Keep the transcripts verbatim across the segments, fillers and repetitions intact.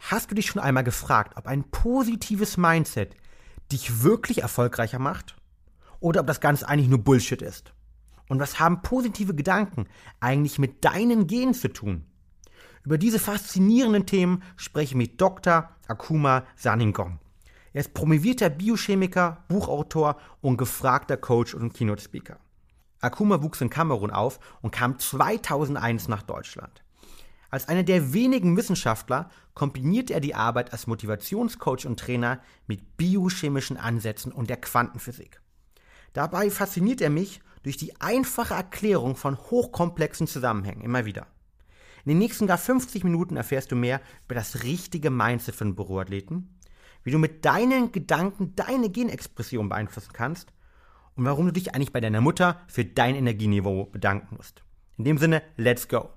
Hast du dich schon einmal gefragt, ob ein positives Mindset dich wirklich erfolgreicher macht? Oder ob das Ganze eigentlich nur Bullshit ist? Und was haben positive Gedanken eigentlich mit deinen Genen zu tun? Über diese faszinierenden Themen spreche ich mit Doktor Akuma Saningong. Er ist promovierter Biochemiker, Buchautor und gefragter Coach und Keynote-Speaker. Akuma wuchs in Kamerun auf und kam zweitausendeins nach Deutschland. Als einer der wenigen Wissenschaftler kombinierte er die Arbeit als Motivationscoach und Trainer mit biochemischen Ansätzen und der Quantenphysik. Dabei fasziniert er mich durch die einfache Erklärung von hochkomplexen Zusammenhängen immer wieder. In den nächsten gar fünfzig Minuten erfährst du mehr über das richtige Mindset von Büroathleten, wie du mit deinen Gedanken deine Genexpression beeinflussen kannst und warum du dich eigentlich bei deiner Mutter für dein Energieniveau bedanken musst. In dem Sinne, let's go!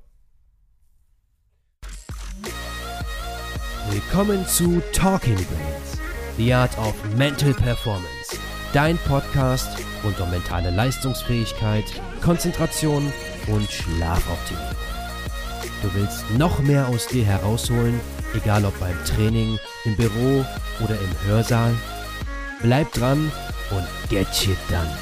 Willkommen zu Talking Brains, The Art of Mental Performance, dein Podcast rund um mentale Leistungsfähigkeit, Konzentration und Schlafoptimierung. Du willst noch mehr aus dir herausholen, egal ob beim Training, im Büro oder im Hörsaal? Bleib dran und get shit done.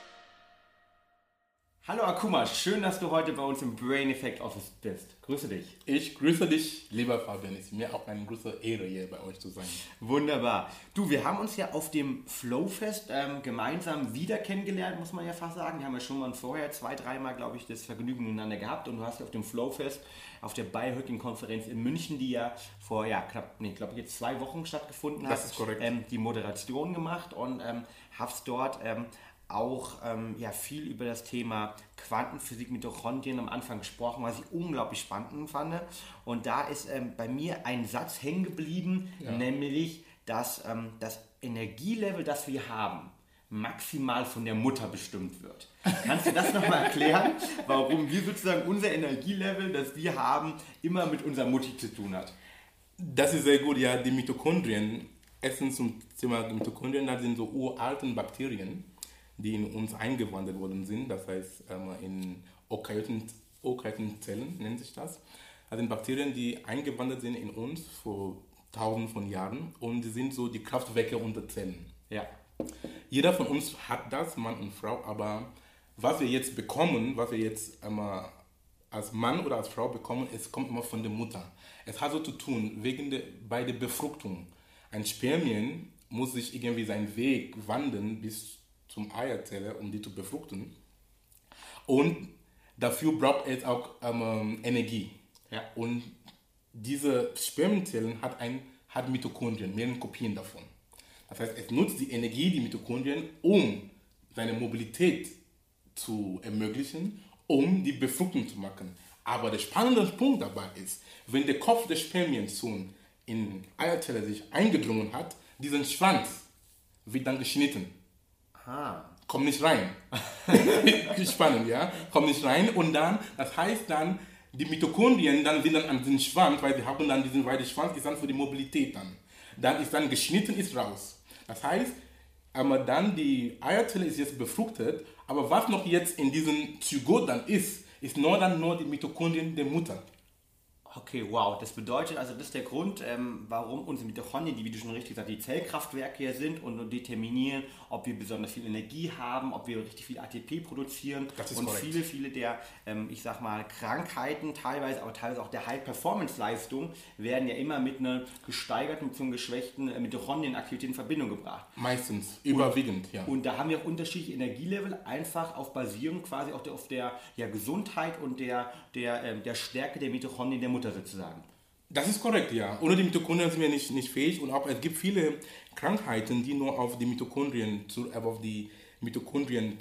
Hallo Akuma, schön, dass du heute bei uns im Brain Effect Office bist. Grüße dich. Ich grüße dich, lieber Fabian. Es ist mir auch eine große Ehre, hier bei euch zu sein. Wunderbar. Du, wir haben uns ja auf dem Flowfest ähm, gemeinsam wieder kennengelernt, muss man ja fast sagen. Wir haben ja schon mal vorher zwei, dreimal, glaube ich, das Vergnügen miteinander gehabt. Und du hast ja auf dem Flowfest, auf der Biohacking-Konferenz in München, die ja vor, ja, knapp, nee, glaube ich, jetzt zwei Wochen stattgefunden hat, das ist korrekt. Ähm, die Moderation gemacht und ähm, hast dort ähm, auch ähm, ja, viel über das Thema Quantenphysik, Mitochondrien am Anfang gesprochen, was ich unglaublich spannend fand. Und da ist ähm, bei mir ein Satz hängen geblieben, ja. nämlich, dass ähm, das Energielevel, das wir haben, maximal von der Mutter bestimmt wird. Kannst du das nochmal erklären, warum wir sozusagen unser Energielevel, das wir haben, immer mit unserer Mutti zu tun hat? Das ist sehr gut, ja. Die Mitochondrien, erstens zum Thema Mitochondrien, das sind so uralten Bakterien, die in uns eingewandert worden sind, das heißt in Eukaryotenzellen nennt sich das. Das sind Bakterien, die eingewandert sind in uns vor tausenden von Jahren und die sind so die Kraftwerke unter Zellen. Ja. Jeder von uns hat das, Mann und Frau, aber was wir jetzt bekommen, was wir jetzt einmal als Mann oder als Frau bekommen, es kommt immer von der Mutter. Es hat so zu tun, wegen der, bei der Befruchtung. Ein Spermien muss sich irgendwie seinen Weg wandeln bis zum Eierzelle, um die zu befruchten. Und dafür braucht es auch ähm, Energie. Ja. Und diese Spermienzellen hat, ein, hat Mitochondrien, mehrere Kopien davon. Das heißt, es nutzt die Energie, die Mitochondrien, um seine Mobilität zu ermöglichen, um die Befruchtung zu machen. Aber der spannende Punkt dabei ist, wenn der Kopf der Spermienzellen in Eierzelle sich eingedrungen hat, diesen Schwanz wird dann geschnitten. Ah. Komm nicht rein. Spannend, ja? Komm nicht rein und dann, das heißt dann, die Mitochondrien dann sind dann an den Schwanz, weil sie haben dann diesen, weil der Schwanz ist dann für die Mobilität dann. Dann ist dann geschnitten, ist raus. Das heißt, aber dann die Eierzelle ist jetzt befruchtet, aber was noch jetzt in diesem Zygot dann ist, ist nur dann nur die Mitochondrien der Mutter. Okay, wow. Das bedeutet also, das ist der Grund, ähm, warum unsere Mitochondrien, die, wie du schon richtig gesagt hast, die Zellkraftwerke hier sind und, und determinieren, ob wir besonders viel Energie haben, ob wir richtig viel A T P produzieren. Das ist und korrekt. viele, viele der, ähm, ich sag mal, Krankheiten teilweise, aber teilweise auch der High-Performance-Leistung werden ja immer mit einer gesteigerten, zum geschwächten äh, Mitochondrienaktivität in Verbindung gebracht. Meistens, überwiegend, und, ja. Und da haben wir auch unterschiedliche Energielevel, einfach auf basierend quasi auch der, auf der ja, Gesundheit und der, der, ähm, der Stärke der Mitochondrien der Mutter sozusagen. Das ist korrekt, ja. Ohne die Mitochondrien sind wir nicht, nicht fähig und auch es gibt viele Krankheiten, die nur auf die Mitochondrien, auf die Mitochondrien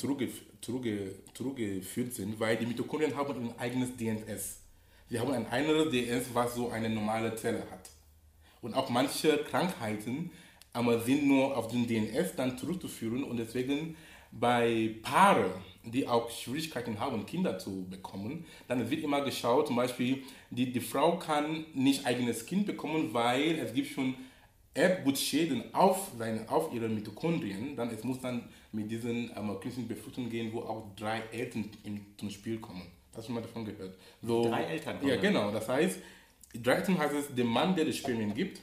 zurückgeführt sind, weil die Mitochondrien haben ein eigenes D N S. Sie haben ein anderes D N S, was so eine normale Zelle hat. Und auch manche Krankheiten aber sind nur auf den D N S dann zurückzuführen und deswegen bei Paaren, die auch Schwierigkeiten haben, Kinder zu bekommen, dann wird immer geschaut, zum Beispiel, die, die Frau kann nicht eigenes Kind bekommen, weil es gibt schon Erbgutschäden auf, seine, auf ihre Mitochondrien, dann es muss dann mit diesen ähm, künstlichen Befruchtungen gehen, wo auch drei Eltern im, zum Spiel kommen. Hast du schon mal davon gehört? So, drei Eltern? Ja, genau. Das heißt, dreizehn heißt es, der Mann, der die Spermien gibt,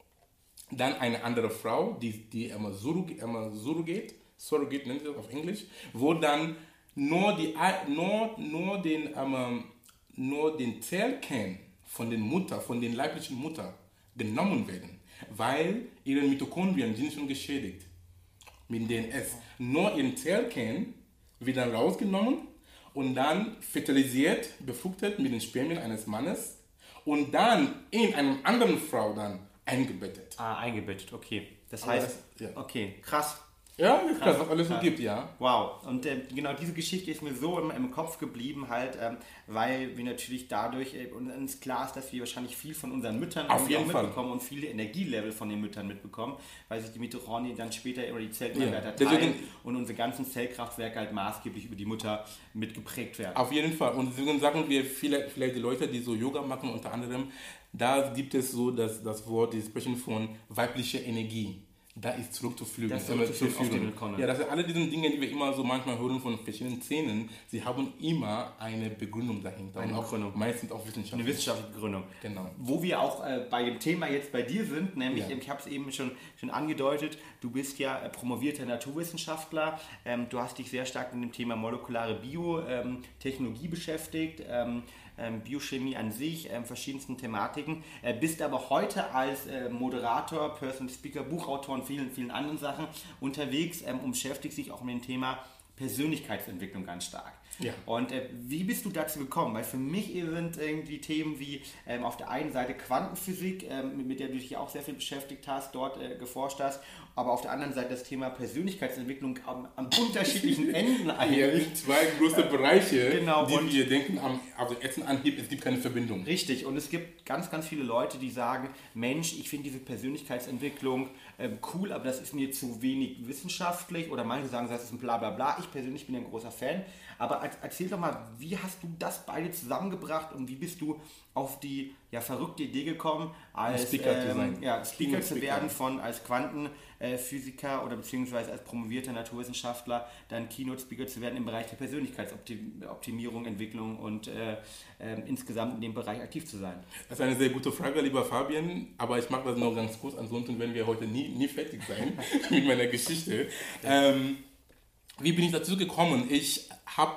dann eine andere Frau, die, die immer Surrogate, Surrogate nennt sich das auf Englisch, wo dann nur, die, nur, nur, den, ähm, nur den Zellkern von den Mutter, von den leiblichen Mutter genommen werden, weil ihre Mitochondrien sind schon geschädigt mit D N S. Nur ihren Zellkern wird dann rausgenommen und dann fertilisiert, befruchtet mit den Spermien eines Mannes und dann in einer anderen Frau dann eingebettet. Ah, eingebettet, okay. Das Aber heißt, das- ja. okay, krass. Ja, das ist krass, was alles so krass. gibt, ja. Wow, und äh, genau diese Geschichte ist mir so im, im Kopf geblieben, halt, ähm, weil wir natürlich dadurch, äh, und uns klar ist, dass wir wahrscheinlich viel von unseren Müttern Auf irgendwie jeden auch Fall. mitbekommen und viele Energielevel von den Müttern mitbekommen, weil sich die Mitochondrien dann später über die Zellwerte Ja, teilen deswegen- und unsere ganzen Zellkraftwerke halt maßgeblich über die Mutter mit geprägt werden. Auf jeden Fall. Und deswegen sagen wir vielleicht, vielleicht die Leute, die so Yoga machen, unter anderem, da gibt es so das, das Wort, die sprechen von weiblicher Energie. Da ist zurückzuführen. Das ist zurückzuführen auf die Mitochondrien. Ja, das sind alle diese Dinge, die wir immer so manchmal hören von verschiedenen Szenen, sie haben immer eine Begründung dahinter. Eine und auch Begründung. meistens auch wissenschaftlich. Eine wissenschaftliche Begründung. Genau. Wo wir auch äh, bei dem Thema jetzt bei dir sind, nämlich, Ja. ich habe es eben schon, schon angedeutet, du bist ja äh, promovierter Naturwissenschaftler, ähm, du hast dich sehr stark mit dem Thema molekulare Biotechnologie beschäftigt, ähm, ähm, Biochemie an sich, ähm, verschiedensten Thematiken, äh, bist aber heute als äh, Moderator, Personal Speaker, Buchautor und vielen, vielen anderen Sachen unterwegs ähm, und beschäftigst dich auch mit dem Thema Persönlichkeitsentwicklung ganz stark. Ja. Und äh, wie bist du dazu gekommen? Weil für mich sind irgendwie Themen wie ähm, auf der einen Seite Quantenphysik, ähm, mit, mit der du dich auch sehr viel beschäftigt hast, dort äh, geforscht hast, aber auf der anderen Seite das Thema Persönlichkeitsentwicklung am, an unterschiedlichen Enden Hier eigentlich. sind zwei große Bereiche, Genau, die und- wir denken, am, also ersten Anhieb, es gibt keine Verbindung. Richtig, und es gibt ganz, ganz viele Leute, die sagen, Mensch, ich finde diese Persönlichkeitsentwicklung ähm, cool, aber das ist mir zu wenig wissenschaftlich, oder manche sagen, das ist ein Blablabla. Ich persönlich bin ein großer Fan, aber als- erzähl doch mal, wie hast du das beide zusammengebracht und wie bist du auf die ja, verrückte Idee gekommen, als Speaker zu sein. ja, Speaker Keynote zu Speaker. werden, von als Quantenphysiker oder beziehungsweise als promovierter Naturwissenschaftler dann Keynote-Speaker zu werden im Bereich der Persönlichkeitsoptimierung, Entwicklung und äh, äh, insgesamt in dem Bereich aktiv zu sein? Das ist eine sehr gute Frage, lieber Fabian, aber ich mache das noch ganz kurz, ansonsten werden wir heute nie, nie fertig sein mit meiner Geschichte. Ähm, wie bin ich dazu gekommen? Ich habe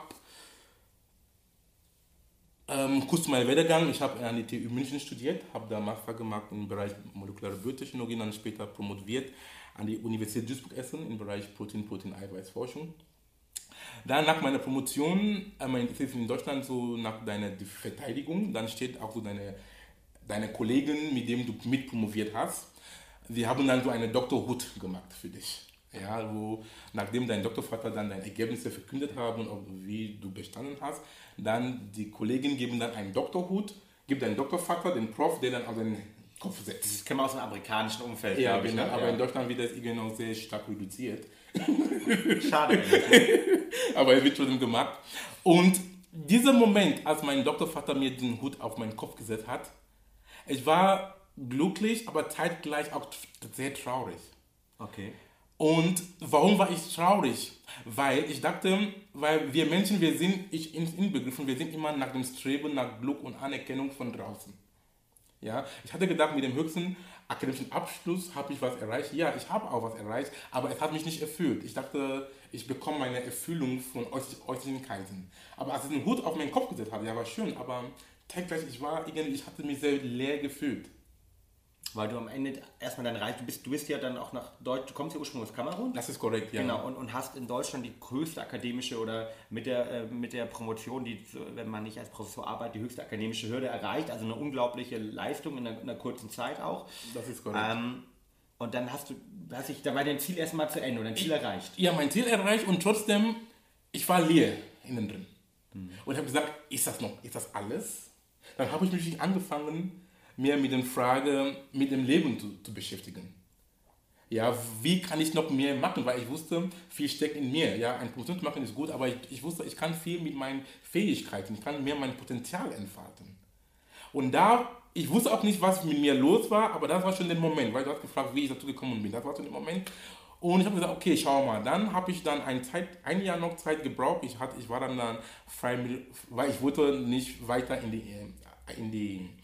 ähm, kurz meinen Werdegang, ich habe an die T U München studiert, habe da Master gemacht im Bereich molekulare Biotechnologie, dann später promoviert an die Universität Duisburg-Essen im Bereich Protein, Protein-Eiweiß-Forschung. Dann nach meiner Promotion, äh, mein das ist in Deutschland so nach deiner Verteidigung, dann steht auch so deine, deine Kollegen, mit denen du mitpromoviert hast, sie haben dann so eine Doktorhut gemacht für dich. Ja, wo, nachdem dein Doktorvater dann deine Ergebnisse verkündet haben und auch wie du bestanden hast, dann die Kollegen geben dann einen Doktorhut, gibt deinen Doktorvater, den Prof, der dann auf den Kopf setzt. Das kennen wir aus dem amerikanischen Umfeld. Ja, glaub ich, genau, ne? aber Ja. in Deutschland wird das irgendwie noch sehr stark reduziert. Schade eigentlich. Aber es wird trotzdem gemacht. Und dieser Moment, als mein Doktorvater mir den Hut auf meinen Kopf gesetzt hat, ich war glücklich, aber zeitgleich auch sehr traurig. Okay. Und warum war ich traurig? Weil ich dachte, weil wir Menschen, wir sind, ich inbegriffen, wir sind immer nach dem Streben nach Glück und Anerkennung von draußen. Ja, ich hatte gedacht, mit dem höchsten akademischen Abschluss habe ich was erreicht. Ja, ich habe auch was erreicht, aber es hat mich nicht erfüllt. Ich dachte, ich bekomme meine Erfüllung von Äußerlichkeiten. Aber als ich den Hut auf meinen Kopf gesetzt habe, ja, war schön, aber zeitgleich, ich war irgendwie, ich hatte mich sehr leer gefühlt. Weil du am Ende erstmal dann reist, du bist, du bist ja dann auch nach Deutschland, du kommst ja ursprünglich aus Kamerun. Das ist korrekt, ja. Genau, und, und hast in Deutschland die höchste akademische oder mit der, äh, mit der Promotion, die, wenn man nicht als Professor arbeitet, die höchste akademische Hürde erreicht. Also eine unglaubliche Leistung in einer, in einer kurzen Zeit auch. Das ist korrekt. Ähm, und dann hast du, hast dich, da war dein Ziel erstmal zu Ende und dein Ziel erreicht. Ja, mein Ziel erreicht und trotzdem, ich war leer innen drin. Mhm. Und ich habe gesagt, ist das noch, ist das alles? Dann habe ich mich angefangen, mir mit der Frage, mit dem Leben zu, zu beschäftigen. Ja, wie kann ich noch mehr machen? Weil ich wusste, viel steckt in mir. Ja, ein Promotion zu machen ist gut, aber ich, ich wusste, ich kann viel mit meinen Fähigkeiten, ich kann mehr mein Potenzial entfalten. Und da, ich wusste auch nicht, was mit mir los war, aber das war schon der Moment, weil du hast gefragt, wie ich dazu gekommen bin. Das war schon der Moment. Und ich habe gesagt, okay, schau mal. Dann habe ich dann ein, Zeit, ein Jahr noch Zeit gebraucht. Ich, hatte, ich war dann, dann frei, weil ich wollte nicht weiter in die, in die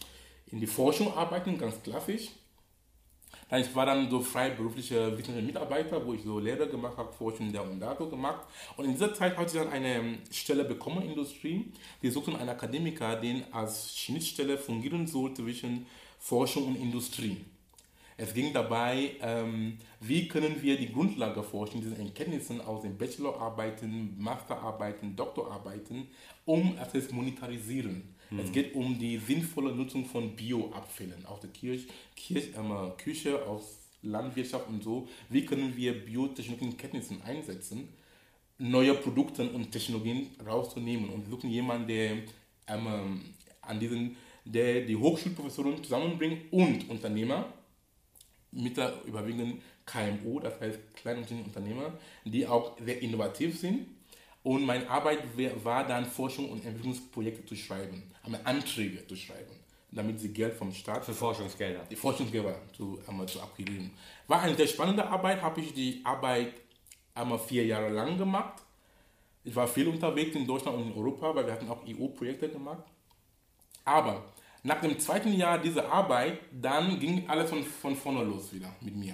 in die Forschung arbeiten, ganz klassisch. Dann, ich war dann so freiberuflicher wissenschaftlicher Mitarbeiter, wo ich so Lehre gemacht habe, Forschung da und da so gemacht. Und in dieser Zeit hatte ich dann eine Stelle bekommen in der Industrie. Die suchten einen Akademiker, der als Schnittstelle fungieren soll zwischen Forschung und Industrie. Es ging dabei, ähm, wie können wir die Grundlage forschen, diese Erkenntnisse aus den Bachelorarbeiten, Masterarbeiten, Doktorarbeiten, um es monetarisieren. Mhm. Es geht um die sinnvolle Nutzung von Bioabfällen aus der Kirche, Kirche, äh, Küche, aus Landwirtschaft und so. Wie können wir biotechnischen Kenntnissen einsetzen, neue Produkte und Technologien rauszunehmen und suchen jemanden, der ähm, an diesen, der die Hochschulprofessoren zusammenbringt und Unternehmer, mit der überwiegenden K M U, das heißt kleine Unternehmer, die auch sehr innovativ sind. Und meine Arbeit war dann, Forschung und Entwicklungsprojekte zu schreiben, Anträge zu schreiben, damit sie Geld vom Staat... Für Forschungsgelder. Die Forschungsgelder zu, einmal zu akquirieren. War eine sehr spannende Arbeit, habe ich die Arbeit einmal vier Jahre lang gemacht. Ich war viel unterwegs in Deutschland und in Europa, weil wir hatten auch E U-Projekte gemacht. Aber nach dem zweiten Jahr dieser Arbeit, dann ging alles von, von vorne los wieder mit mir.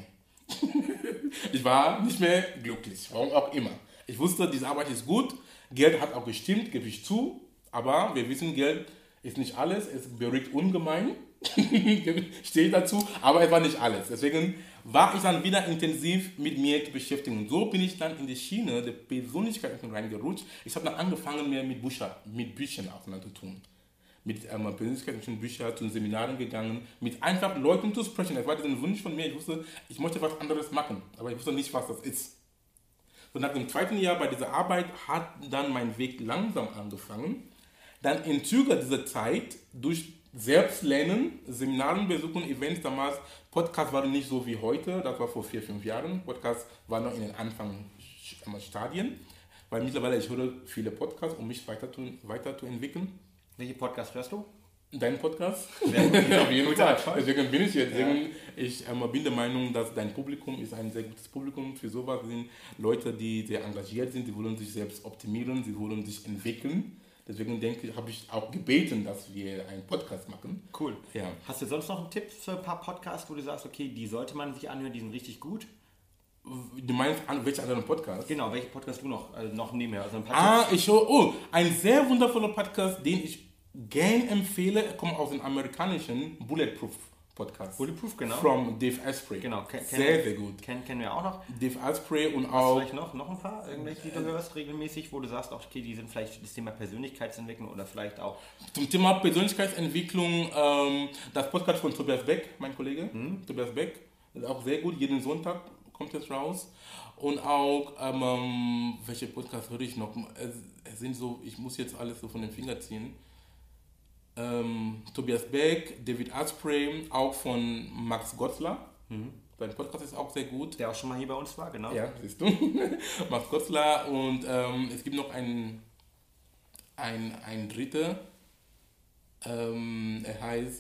Ich war nicht mehr glücklich, warum auch immer. Ich wusste, diese Arbeit ist gut, Geld hat auch gestimmt, gebe ich zu, aber wir wissen, Geld ist nicht alles, es beruhigt ungemein, stehe ich dazu, aber es war nicht alles. Deswegen war ich dann wieder intensiv mit mir zu beschäftigen. Und so bin ich dann in die Schiene der Persönlichkeit reingerutscht. Ich habe dann angefangen, mehr mit, Bücher, mit Büchern auseinander zu tun. Mit ähm, persönlichkeitlichen Büchern, zu Seminaren gegangen, mit einfach Leuten zu sprechen. Das war dieser Wunsch von mir. Ich wusste, ich möchte was anderes machen, aber ich wusste nicht, was das ist. So nach dem zweiten Jahr bei dieser Arbeit hat dann mein Weg langsam angefangen. Dann im Zuge dieser Zeit, durch Selbstlernen, Seminaren besuchen, Events damals, Podcast waren nicht so wie heute, das war vor vier, fünf Jahren. Podcast war noch in den Anfangsstadien, weil mittlerweile ich höre viele Podcasts, um mich weiter zu, weiterzuentwickeln. Welche Podcast hörst du? Dein Podcast? Sehr gut. Auf jeden Fall. Deswegen bin ich jetzt. Deswegen, ja. Ich ähm, bin der Meinung, dass dein Publikum ist ein sehr gutes Publikum für sowas. Sind Leute, die sehr engagiert sind, die wollen sich selbst optimieren, sie wollen sich entwickeln. Deswegen denke ich, habe ich auch gebeten, dass wir einen Podcast machen. Cool. Ja. Hast du sonst noch einen Tipp für ein paar Podcasts, wo du sagst, okay, die sollte man sich anhören, die sind richtig gut? Du meinst, welche anderen Podcasts? Genau, welche Podcasts du noch, also noch nebenher? Also ein paar ah, Tipps. ich höre, oh, ein sehr wundervoller Podcast, den ich gern empfehle, kommt aus dem amerikanischen Bulletproof Podcast. Bulletproof, genau. From Dave Asprey. Genau. Ken, sehr, sehr gut. Kennen, kennen wir auch noch. Dave Asprey und Hast auch... du vielleicht noch, noch ein paar, irgendwelche, die du hörst regelmäßig, wo du sagst, okay, die sind vielleicht das Thema Persönlichkeitsentwicklung oder vielleicht auch... Zum Thema Persönlichkeitsentwicklung, ähm, das Podcast von Tobias Beck, mein Kollege, hm? Tobias Beck, ist auch sehr gut, jeden Sonntag kommt jetzt raus. Und auch, ähm, welche Podcasts höre ich noch? Es, es sind so, ich muss jetzt alles so von den Fingern ziehen. Ähm, Tobias Beck, David Asprey, auch von Max Gotzler. Mhm. Sein Podcast ist auch sehr gut. Der auch schon mal hier bei uns war, genau. Ja, siehst du. Max Gotzler. Und ähm, es gibt noch einen, ein, ein dritter. Ähm, er heißt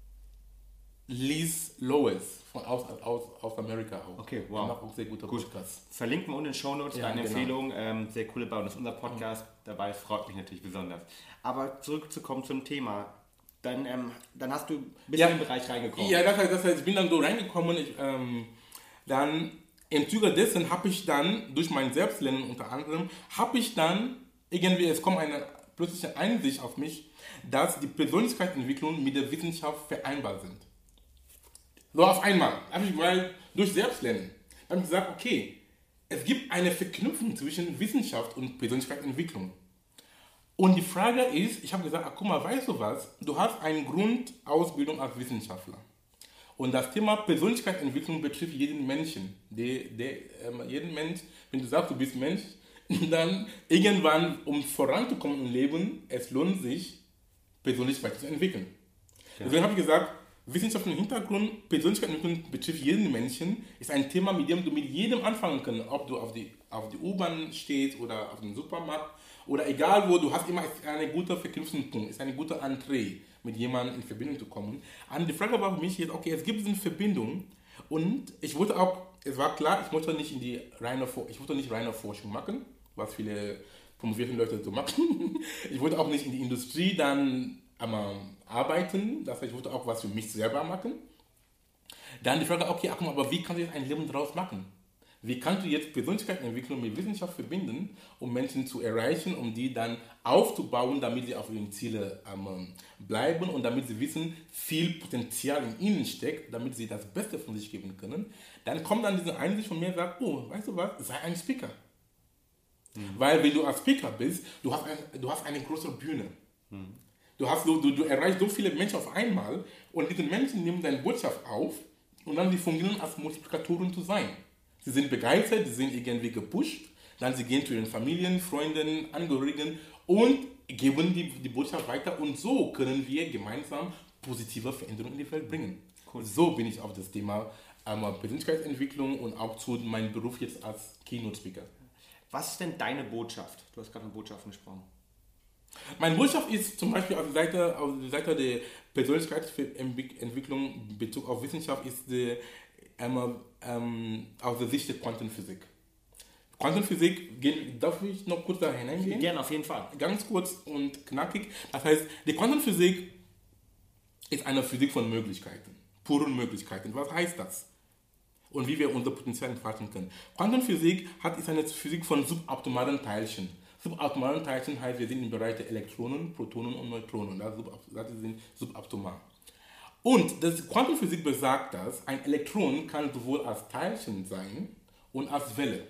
Liz Lois von aus, aus, aus Amerika auch. Okay, wow. Macht auch sehr gute Podcasts. Verlinken wir unten in den Shownotes, ja, deine genau. Empfehlung. Ähm, sehr cool dabei. Und das ist unser Podcast. Mhm. Dabei freut mich natürlich besonders. Aber zurückzukommen zum Thema. Dann, ähm, dann hast du ein bisschen ja. in den Bereich reingekommen. Ja, das heißt, das heißt, ich bin dann so reingekommen. Ich, ähm, dann im Zuge dessen habe ich dann, durch mein Selbstlernen unter anderem, habe ich dann irgendwie, es kommt eine plötzliche Einsicht auf mich, dass die Persönlichkeitsentwicklung mit der Wissenschaft vereinbar sind. So auf einmal, habe ich mal durch Selbstlernen, habe ich gesagt, okay, es gibt eine Verknüpfung zwischen Wissenschaft und Persönlichkeitsentwicklung. Und die Frage ist, ich habe gesagt, ach, guck mal, weißt du was, du hast eine Grundausbildung als Wissenschaftler. Und das Thema Persönlichkeitsentwicklung betrifft jeden Menschen. Der, der, äh, jeden Mensch, wenn du sagst, du bist Mensch, dann irgendwann, um voranzukommen im Leben, es lohnt sich, Persönlichkeit zu entwickeln. Ja. Deswegen habe ich gesagt, wissenschaftlichen Hintergrund, Persönlichkeitsentwicklung betrifft jeden Menschen, ist ein Thema, mit dem du mit jedem anfangen kannst, ob du auf die, auf die U-Bahn stehst oder auf den Supermarkt oder egal wo, du hast immer einen guten Verknüpfungspunkt, ist eine gute Entree, mit jemandem in Verbindung zu kommen. Und die Frage war für mich jetzt, okay, es gibt diese Verbindung und ich wollte auch, es war klar, ich wollte nicht in die reine, ich wollte nicht reine Forschung machen, was viele promovierte Leute so machen. Ich wollte auch nicht in die Industrie dann einmal arbeiten, das heißt, ich wollte auch was für mich selber machen. Dann die Frage, okay, ach, aber wie kannst du jetzt ein Leben daraus machen? Wie kannst du jetzt Persönlichkeitsentwicklung mit Wissenschaft verbinden, um Menschen zu erreichen, um die dann aufzubauen, damit sie auf ihren Zielen ähm, bleiben und damit sie wissen, viel Potenzial in ihnen steckt, damit sie das Beste von sich geben können. Dann kommt dann diese Einsicht von mir und sagt, oh, weißt du was, sei ein Speaker. Mhm. Weil wenn du ein Speaker bist, du hast, ein, du hast eine große Bühne. Mhm. Du, hast, du, du, du erreichst so viele Menschen auf einmal und diese Menschen nehmen deine Botschaft auf und dann sie fungieren als Multiplikatoren zu sein. Sie sind begeistert, sie sind irgendwie gepusht, dann sie gehen zu ihren Familien, Freunden, Angehörigen und geben die, die Botschaft weiter und so können wir gemeinsam positive Veränderungen in die Welt bringen. Cool. So bin ich auf das Thema ähm, Persönlichkeitsentwicklung und auch zu meinem Beruf jetzt als Keynote-Speaker. Was ist denn deine Botschaft? Du hast gerade von Botschaften gesprochen. Meine Botschaft ist zum Beispiel auf der Seite, auf der Seite der Persönlichkeitsentwicklung in Bezug auf Wissenschaft ist die einmal ähm, aus der Sicht der Quantenphysik. Quantenphysik, gehen, darf ich noch kurz da hineingehen? Gerne, auf jeden Fall. Ganz kurz und knackig. Das heißt, die Quantenphysik ist eine Physik von Möglichkeiten, puren Möglichkeiten. Was heißt das? Und wie wir unser Potenzial entfalten können. Quantenphysik hat, ist eine Physik von subatomaren Teilchen. Subatomaren Teilchen heißt, wir sind im Bereich der Elektronen, Protonen und Neutronen. Das sind subatomar. Und das Quantenphysik besagt, dass ein Elektron kann sowohl als Teilchen sein und als Welle.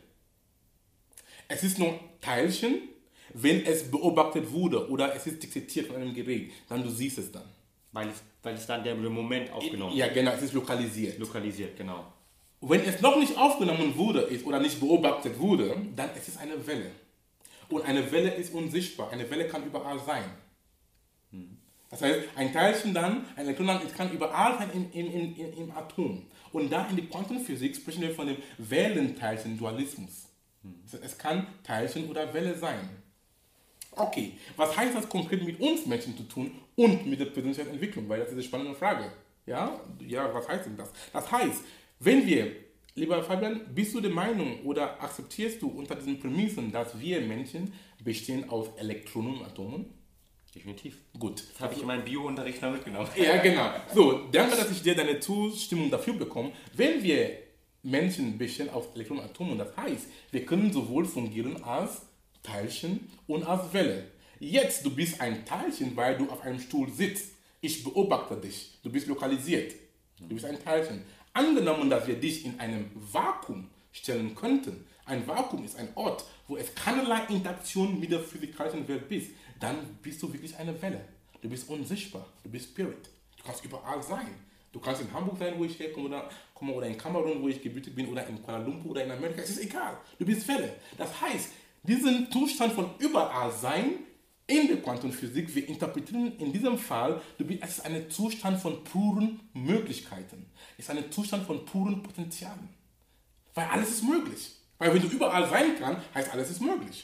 Es ist nur Teilchen, wenn es beobachtet wurde oder es ist detektiert von einem Gerät, dann du siehst es dann. Weil es, weil es dann der Moment aufgenommen wird. Ja, genau, es ist lokalisiert. Lokalisiert, genau. Wenn es noch nicht aufgenommen wurde ist oder nicht beobachtet wurde, dann ist es eine Welle. Und eine Welle ist unsichtbar. Eine Welle kann überall sein. Hm. Das heißt, ein Teilchen dann, ein Elektron dann, es kann überall sein im, im, im, im Atom. Und da in der Quantenphysik sprechen wir von dem Wellenteilchen-Dualismus. Hm. Das heißt, es kann Teilchen oder Welle sein. Okay, was heißt das konkret mit uns Menschen zu tun und mit der Persönlichkeitsentwicklung? Weil das ist eine spannende Frage. Ja, ja, was heißt denn das? Das heißt, wenn wir, lieber Fabian, bist du der Meinung oder akzeptierst du unter diesen Prämissen, dass wir Menschen bestehen aus Elektronen und Atomen? Definitiv. Gut. Das habe ich in meinem Bio-Unterricht noch mitgenommen. Ja, genau. So, danke, dass ich dir deine Zustimmung dafür bekomme. Wenn wir Menschen bestehen aus Elektronen und Atomen, das heißt, wir können sowohl fungieren als Teilchen und als Welle. Jetzt, du bist ein Teilchen, weil du auf einem Stuhl sitzt. Ich beobachte dich. Du bist lokalisiert. Du bist ein Teilchen. Angenommen, dass wir dich in einem Vakuum stellen könnten. Ein Vakuum ist ein Ort, wo es keinerlei Interaktion mit der physikalischen Welt bist. Dann bist du wirklich eine Welle. Du bist unsichtbar. Du bist Spirit. Du kannst überall sein. Du kannst in Hamburg sein, wo ich herkomme, oder, komme, oder in Kamerun, wo ich gebürtig bin, oder in Kuala Lumpur oder in Amerika. Es ist egal. Du bist Welle. Das heißt, diesen Zustand von überall sein in der Quantenphysik, wir interpretieren in diesem Fall, du bist, es ist ein Zustand von puren Möglichkeiten. Es ist ein Zustand von puren Potenzialen. Weil alles ist möglich. Weil wenn du überall sein kannst, heißt alles ist möglich.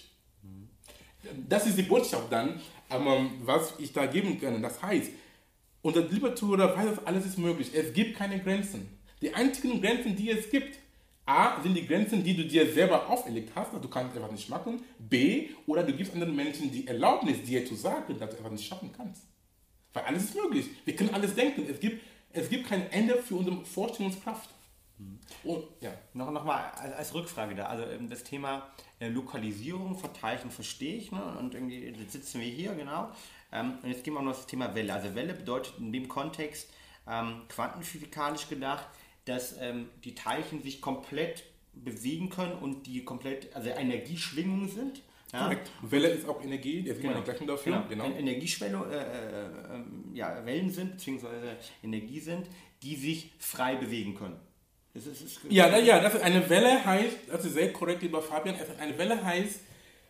Das ist die Botschaft dann, was ich da geben kann. Das heißt, unser lieber Zuhörer weiß, dass alles ist möglich. Es gibt keine Grenzen. Die einzigen Grenzen, die es gibt, A, sind die Grenzen, die du dir selber auferlegt hast, dass du kannst einfach nicht machen. B, oder du gibst anderen Menschen die Erlaubnis, dir zu sagen, dass du einfach nicht schaffen kannst. Weil alles ist möglich. Wir können alles denken. Es gibt, es gibt kein Ende für unsere Vorstellungskraft. Und, ja. Noch, noch mal als Rückfrage da, also das Thema Lokalisierung von Teilchen verstehe ich, ne? Und irgendwie jetzt sitzen wir hier, genau. Und jetzt gehen wir auch noch das Thema Welle. Also Welle bedeutet in dem Kontext ähm, quantenphysikalisch gedacht, dass ähm, die Teilchen sich komplett bewegen können und die komplett, also Energieschwingungen sind. Ja. Welle ist auch Energie, jetzt genau. Gleich dafür. Genau. Genau. Energieschwelle, äh, äh, ja, Wellen sind, beziehungsweise Energie sind, die sich frei bewegen können. Das ist, das ist ja, da, ja, das ist eine Welle heißt, das ist sehr korrekt, lieber Fabian, eine Welle heißt,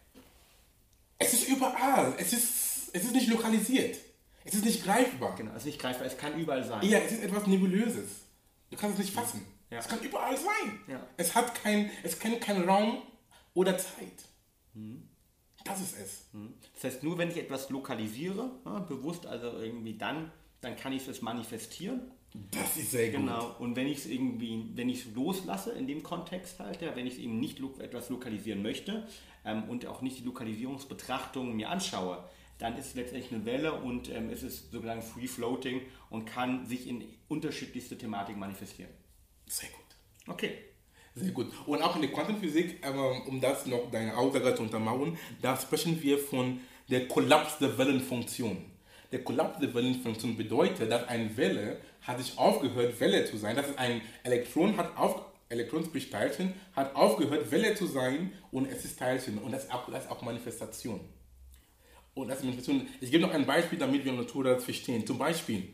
es ist überall, es ist, es ist nicht lokalisiert, es ist nicht greifbar. Genau, es ist nicht greifbar, es kann überall sein. Ja, es ist etwas Nebulöses. Du kannst es nicht fassen. Ja. Es kann überall sein. Ja. Es hat kein, es kennt keinen Raum oder Zeit. Hm. Das ist es. Hm. Das heißt, nur wenn ich etwas lokalisiere, ja, bewusst, also irgendwie dann, dann kann ich es manifestieren. Das ist sehr gut. Genau. Und wenn ich es irgendwie, wenn ich es loslasse in dem Kontext halt, ja, wenn ich eben nicht lo- etwas lokalisieren möchte ähm, und auch nicht die Lokalisierungsbetrachtung mir anschaue, dann ist es letztendlich eine Welle und ähm, es ist sozusagen free floating und kann sich in unterschiedlichste Thematiken manifestieren. Sehr gut. Okay. Sehr gut. Und auch in der Quantenphysik, um das noch deine Aussage zu untermauern, da sprechen wir von der Kollaps der Wellenfunktion. Der Kollaps der Wellenfunktion bedeutet, dass eine Welle hat sich aufgehört, Welle zu sein. Das ist ein Elektron, hat auf, Elektron sprich Teilchen, hat aufgehört, Welle zu sein und es ist Teilchen. Und das ist auch, das ist auch Manifestation. Und das ist Manifestation. Ich gebe noch ein Beispiel, damit wir Natur das verstehen. Zum Beispiel,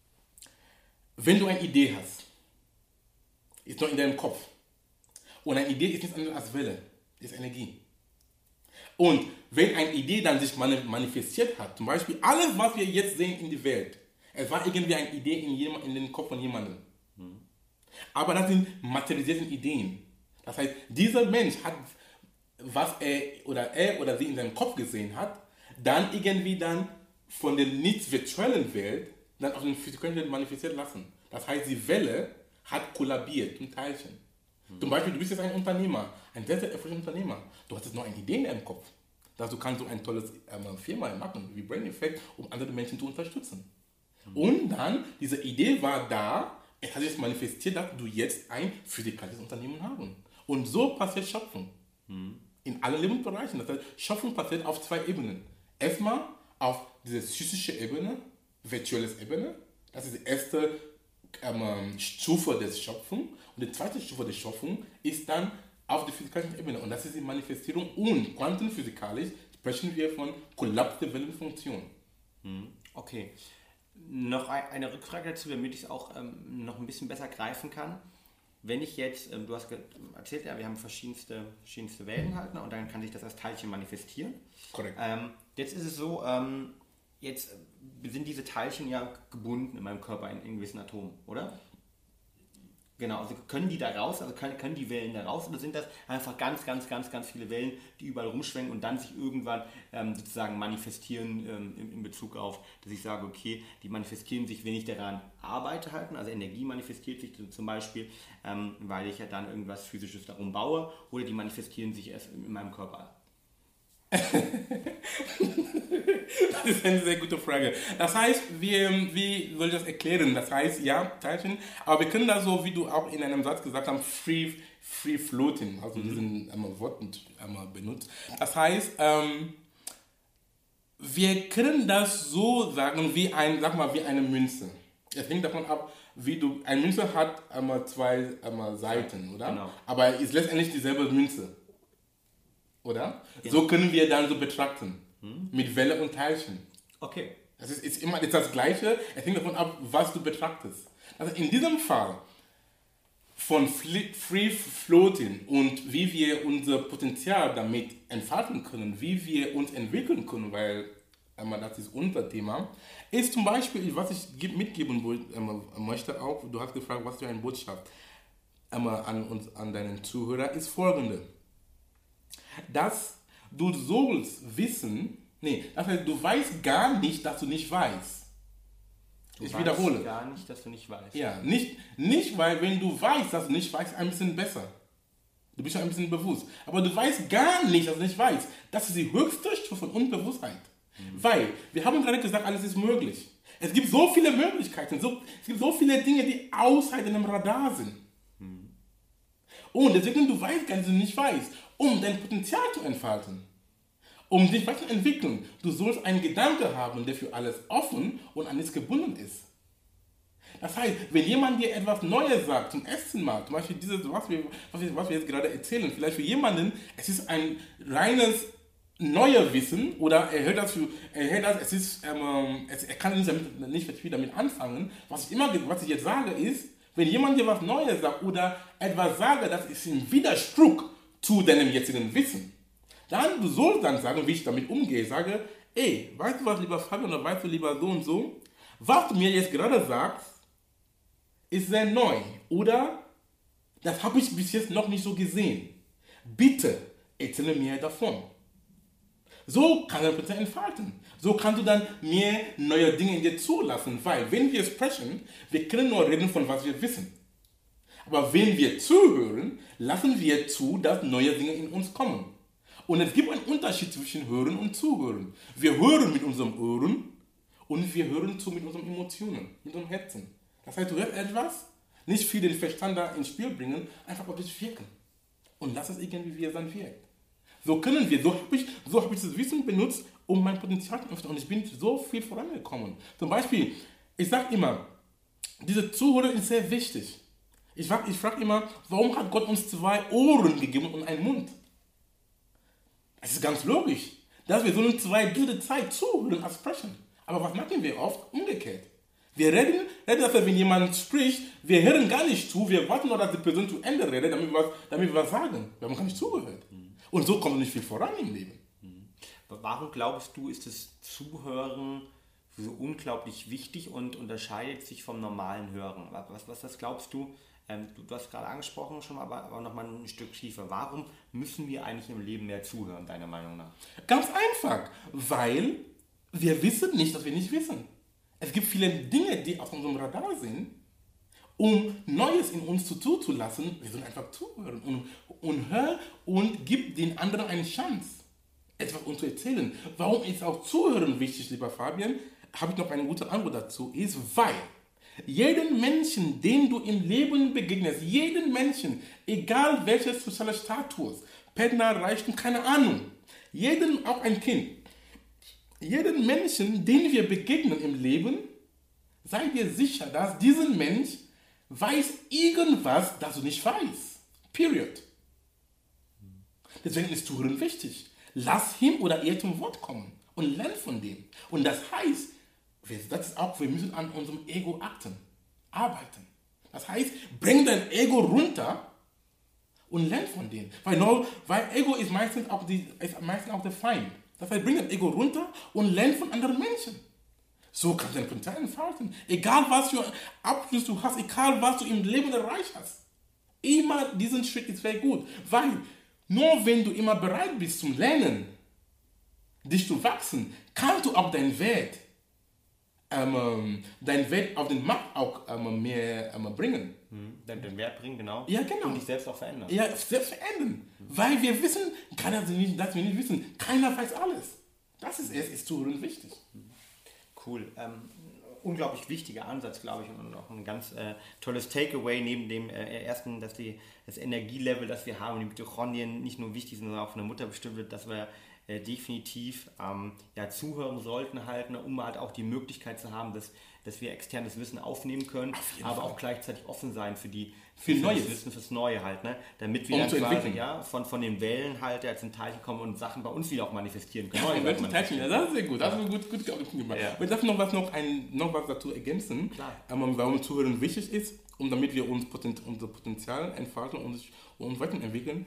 wenn du eine Idee hast, ist noch in deinem Kopf. Und eine Idee ist nichts anderes als Welle, ist Energie. Und wenn eine Idee dann sich manifestiert hat, zum Beispiel alles, was wir jetzt sehen in der Welt, es war irgendwie eine Idee in, jemand, in den Kopf von jemandem. Mhm. Aber das sind materialisierte Ideen. Das heißt, dieser Mensch hat, was er oder er oder sie in seinem Kopf gesehen hat, dann irgendwie dann von der nicht virtuellen Welt dann auf den physikalen Welt manifestiert lassen. Das heißt, die Welle hat kollabiert, ein Teilchen. Mhm. Zum Beispiel, du bist jetzt ein Unternehmer, ein sehr, sehr erfolgreicher Unternehmer. Du hast jetzt noch eine Idee in deinem Kopf. Dazu kannst du ein tolles ähm, Firma machen, wie Brain Effect, um andere Menschen zu unterstützen. Mhm. Und dann, diese Idee war da, es hat sich manifestiert, dass du jetzt ein physikalisches Unternehmen haben. Und so passiert Schöpfung. Mhm. In allen Lebensbereichen. Das heißt, Schöpfung passiert auf zwei Ebenen. Erstmal auf diese physische Ebene, virtuelle Ebene. Das ist die erste ähm, Stufe der Schöpfung. Und die zweite Stufe der Schöpfung ist dann auf der physikalischen Ebene. Und das ist die Manifestierung. Und quantenphysikalisch sprechen wir von Kollaps der Wellenfunktion. Okay. Noch eine Rückfrage dazu, damit ich es auch ähm, noch ein bisschen besser greifen kann. Wenn ich jetzt, ähm, du hast erzählt, ja, wir haben verschiedenste, verschiedenste Wellen halt, ne, und dann kann sich das als Teilchen manifestieren. Korrekt. Ähm, jetzt ist es so, ähm, jetzt sind diese Teilchen ja gebunden in meinem Körper in, in gewissen Atomen, oder? Genau, also können die da raus, also können, können die Wellen da raus, oder sind das einfach ganz, ganz, ganz, ganz viele Wellen, die überall rumschwenken und dann sich irgendwann ähm, sozusagen manifestieren ähm, in, in Bezug auf, dass ich sage, okay, die manifestieren sich, wenn ich daran arbeite halten, also Energie manifestiert sich zum Beispiel, ähm, weil ich ja dann irgendwas Physisches darum baue, oder die manifestieren sich erst in, in meinem Körper. Das ist eine sehr gute Frage. Das heißt, wie, wie soll ich das erklären? Das heißt, ja, Teilchen, aber wir können das so, wie du auch in einem Satz gesagt hast, free, free floating, also mhm. diesen ähm, Wort ähm, benutzt. Das heißt, ähm, wir können das so sagen, wie, ein, sag mal, wie eine Münze. Es hängt davon ab, wie du, eine Münze hat ähm, zwei ähm, Seiten, oder? Genau. Aber es ist letztendlich dieselbe Münze. Oder? Ja. So können wir dann so betrachten. Hm? Mit Welle und Teilchen. Okay. Das ist, ist immer ist das Gleiche. Es hängt davon ab, was du betrachtest. Also in diesem Fall von Free Floating und wie wir unser Potenzial damit entfalten können, wie wir uns entwickeln können, weil einmal das ist unser Thema, ist zum Beispiel, was ich mitgeben möchte auch, du hast gefragt, was für eine Botschaft an uns, an deinen Zuhörer, ist folgende. Dass du sollst wissen, nee, das heißt, du weißt gar nicht, dass du nicht weißt. Du ich weißt wiederhole. gar nicht, dass du nicht weißt. Ja, nicht, nicht, weil wenn du weißt, dass du nicht weißt, ein bisschen besser. Du bist ja ein bisschen bewusst. Aber du weißt gar nicht, dass du nicht weißt. Das ist die höchste Stufe von Unbewusstheit. Mhm. Weil, wir haben gerade gesagt, alles ist möglich. Es gibt so viele Möglichkeiten, so, es gibt so viele Dinge, die außerhalb deinem Radar sind. Mhm. Und deswegen, du weißt gar nicht, dass du nicht weißt. Um dein Potenzial zu entfalten, um dich weiterzuentwickeln. Du sollst einen Gedanke haben, der für alles offen und an nichts gebunden ist. Das heißt, wenn jemand dir etwas Neues sagt, zum ersten Mal, zum Beispiel dieses, was wir, was wir, was wir jetzt gerade erzählen, vielleicht für jemanden, es ist ein reines neues Wissen oder er hört das, für, er hört das es ist, ähm, es, er kann nicht, damit, nicht viel damit anfangen. Was ich, immer, was ich jetzt sage ist, wenn jemand dir was Neues sagt oder etwas sagt, das ist im Widerspruch zu deinem jetzigen Wissen, dann du sollst dann sagen, wie ich damit umgehe. Sage, ey, weißt du was, lieber Fabian, oder weißt du, lieber so und so, was du mir jetzt gerade sagst, ist sehr neu. Oder, das habe ich bis jetzt noch nicht so gesehen. Bitte, erzähle mir davon. So kann dein Potenzial entfalten. So kannst du dann mehr neue Dinge in dir zulassen, weil wenn wir sprechen, wir können nur reden von was wir wissen. Aber wenn wir zuhören, lassen wir zu, dass neue Dinge in uns kommen. Und es gibt einen Unterschied zwischen Hören und Zuhören. Wir hören mit unserem Ohren und wir hören zu mit unseren Emotionen, mit unserem Herzen. Das heißt, du hörst etwas, nicht viel den Verstand da ins Spiel bringen, einfach auf dich wirken. Und lass es irgendwie, wie es dann wirkt. So können wir, so habe ich, so hab ich das Wissen benutzt, um mein Potenzial zu öffnen. Und ich bin so viel vorangekommen. Zum Beispiel, ich sage immer, diese Zuhörer ist sehr wichtig. Ich frage ich frag immer, warum hat Gott uns zwei Ohren gegeben und einen Mund? Das ist ganz logisch, dass wir so eine zwei dritte Zeit zuhören als sprechen. Aber was machen wir oft? Umgekehrt. Wir reden, reden dass wenn jemand spricht, wir hören gar nicht zu, wir warten nur, dass die Person zu Ende redet, damit wir was, damit wir was sagen. Wir haben gar nicht zugehört. Mhm. Und so kommt nicht viel voran im Leben. Mhm. Warum glaubst du, ist das Zuhören so unglaublich wichtig und unterscheidet sich vom normalen Hören? Was, was das glaubst du? Ähm, du, du hast gerade angesprochen schon, aber, aber nochmal ein Stück tiefer. Warum müssen wir eigentlich im Leben mehr zuhören, deiner Meinung nach? Ganz einfach, weil wir wissen nicht, dass wir nicht wissen. Es gibt viele Dinge, die auf unserem Radar sind, um Neues in uns zuzulassen. Wir sollen einfach zuhören und, und hören und gib den anderen eine Chance, etwas uns zu erzählen. Warum ist auch Zuhören wichtig, lieber Fabian? Habe ich noch eine gute Antwort dazu, ist, weil jeden Menschen, den du im Leben begegnest, jeden Menschen, egal welches soziale Status, Penner, Reichtum, keine Ahnung, jeden, auch ein Kind, jeden Menschen, den wir begegnen im Leben, sei dir sicher, dass dieser Mensch weiß irgendwas, das du nicht weißt. Period. Deswegen ist Zuhören wichtig. Lass ihm oder ihr zum Wort kommen und lern von dem. Und das heißt, das ist auch, wir müssen an unserem Ego achten, arbeiten. Das heißt, bring dein Ego runter und lern von dem. Weil, no, weil Ego ist meistens auch, die, ist meistens auch der Feind. Das heißt, bring dein Ego runter und lern von anderen Menschen. So kannst du dein Potenzial entfalten. Egal was für Abschluss du hast, egal was du im Leben erreicht hast. Immer diesen Schritt ist sehr gut. Weil nur wenn du immer bereit bist zum Lernen, dich zu wachsen, kannst du auch deinen Wert, ähm, deinen Wert auf den Markt auch ähm, mehr ähm, bringen. Hm, den, den Wert bringen, genau. Ja, genau. Und dich selbst auch verändern. Ja, selbst verändern. Mhm. Weil wir wissen, keiner, dass wir nicht wissen, keiner weiß alles. Das ist erst ist Zuhören wichtig. Cool. Ähm, unglaublich wichtiger Ansatz, glaube ich, und auch ein ganz äh, tolles Takeaway neben dem äh, ersten, dass die, das Energielevel, das wir haben, die Mitochondrien nicht nur wichtig sind, sondern auch von der Mutter bestimmt wird, dass wir äh, definitiv ähm, ja, zuhören sollten, halt, ne, um halt auch die Möglichkeit zu haben, dass, dass wir externes Wissen aufnehmen können, aber Fall. auch gleichzeitig offen sein für die für neues Wissen, fürs Neue halt, ne? Damit wir um dann zu quasi, entwickeln. ja, von, von den Wellen halt ja, zum Teilchen kommen und Sachen bei uns wieder auch manifestieren können. Ja, Neue Teilchen, ja, das ist sehr gut, das ist gut, gut, gut gemacht. Ja. Und ich darf noch was, noch, ein, noch was dazu ergänzen, ähm, warum Zuhören wichtig ist, und damit wir uns Potent, unser Potenzial entfalten und uns weiterentwickeln.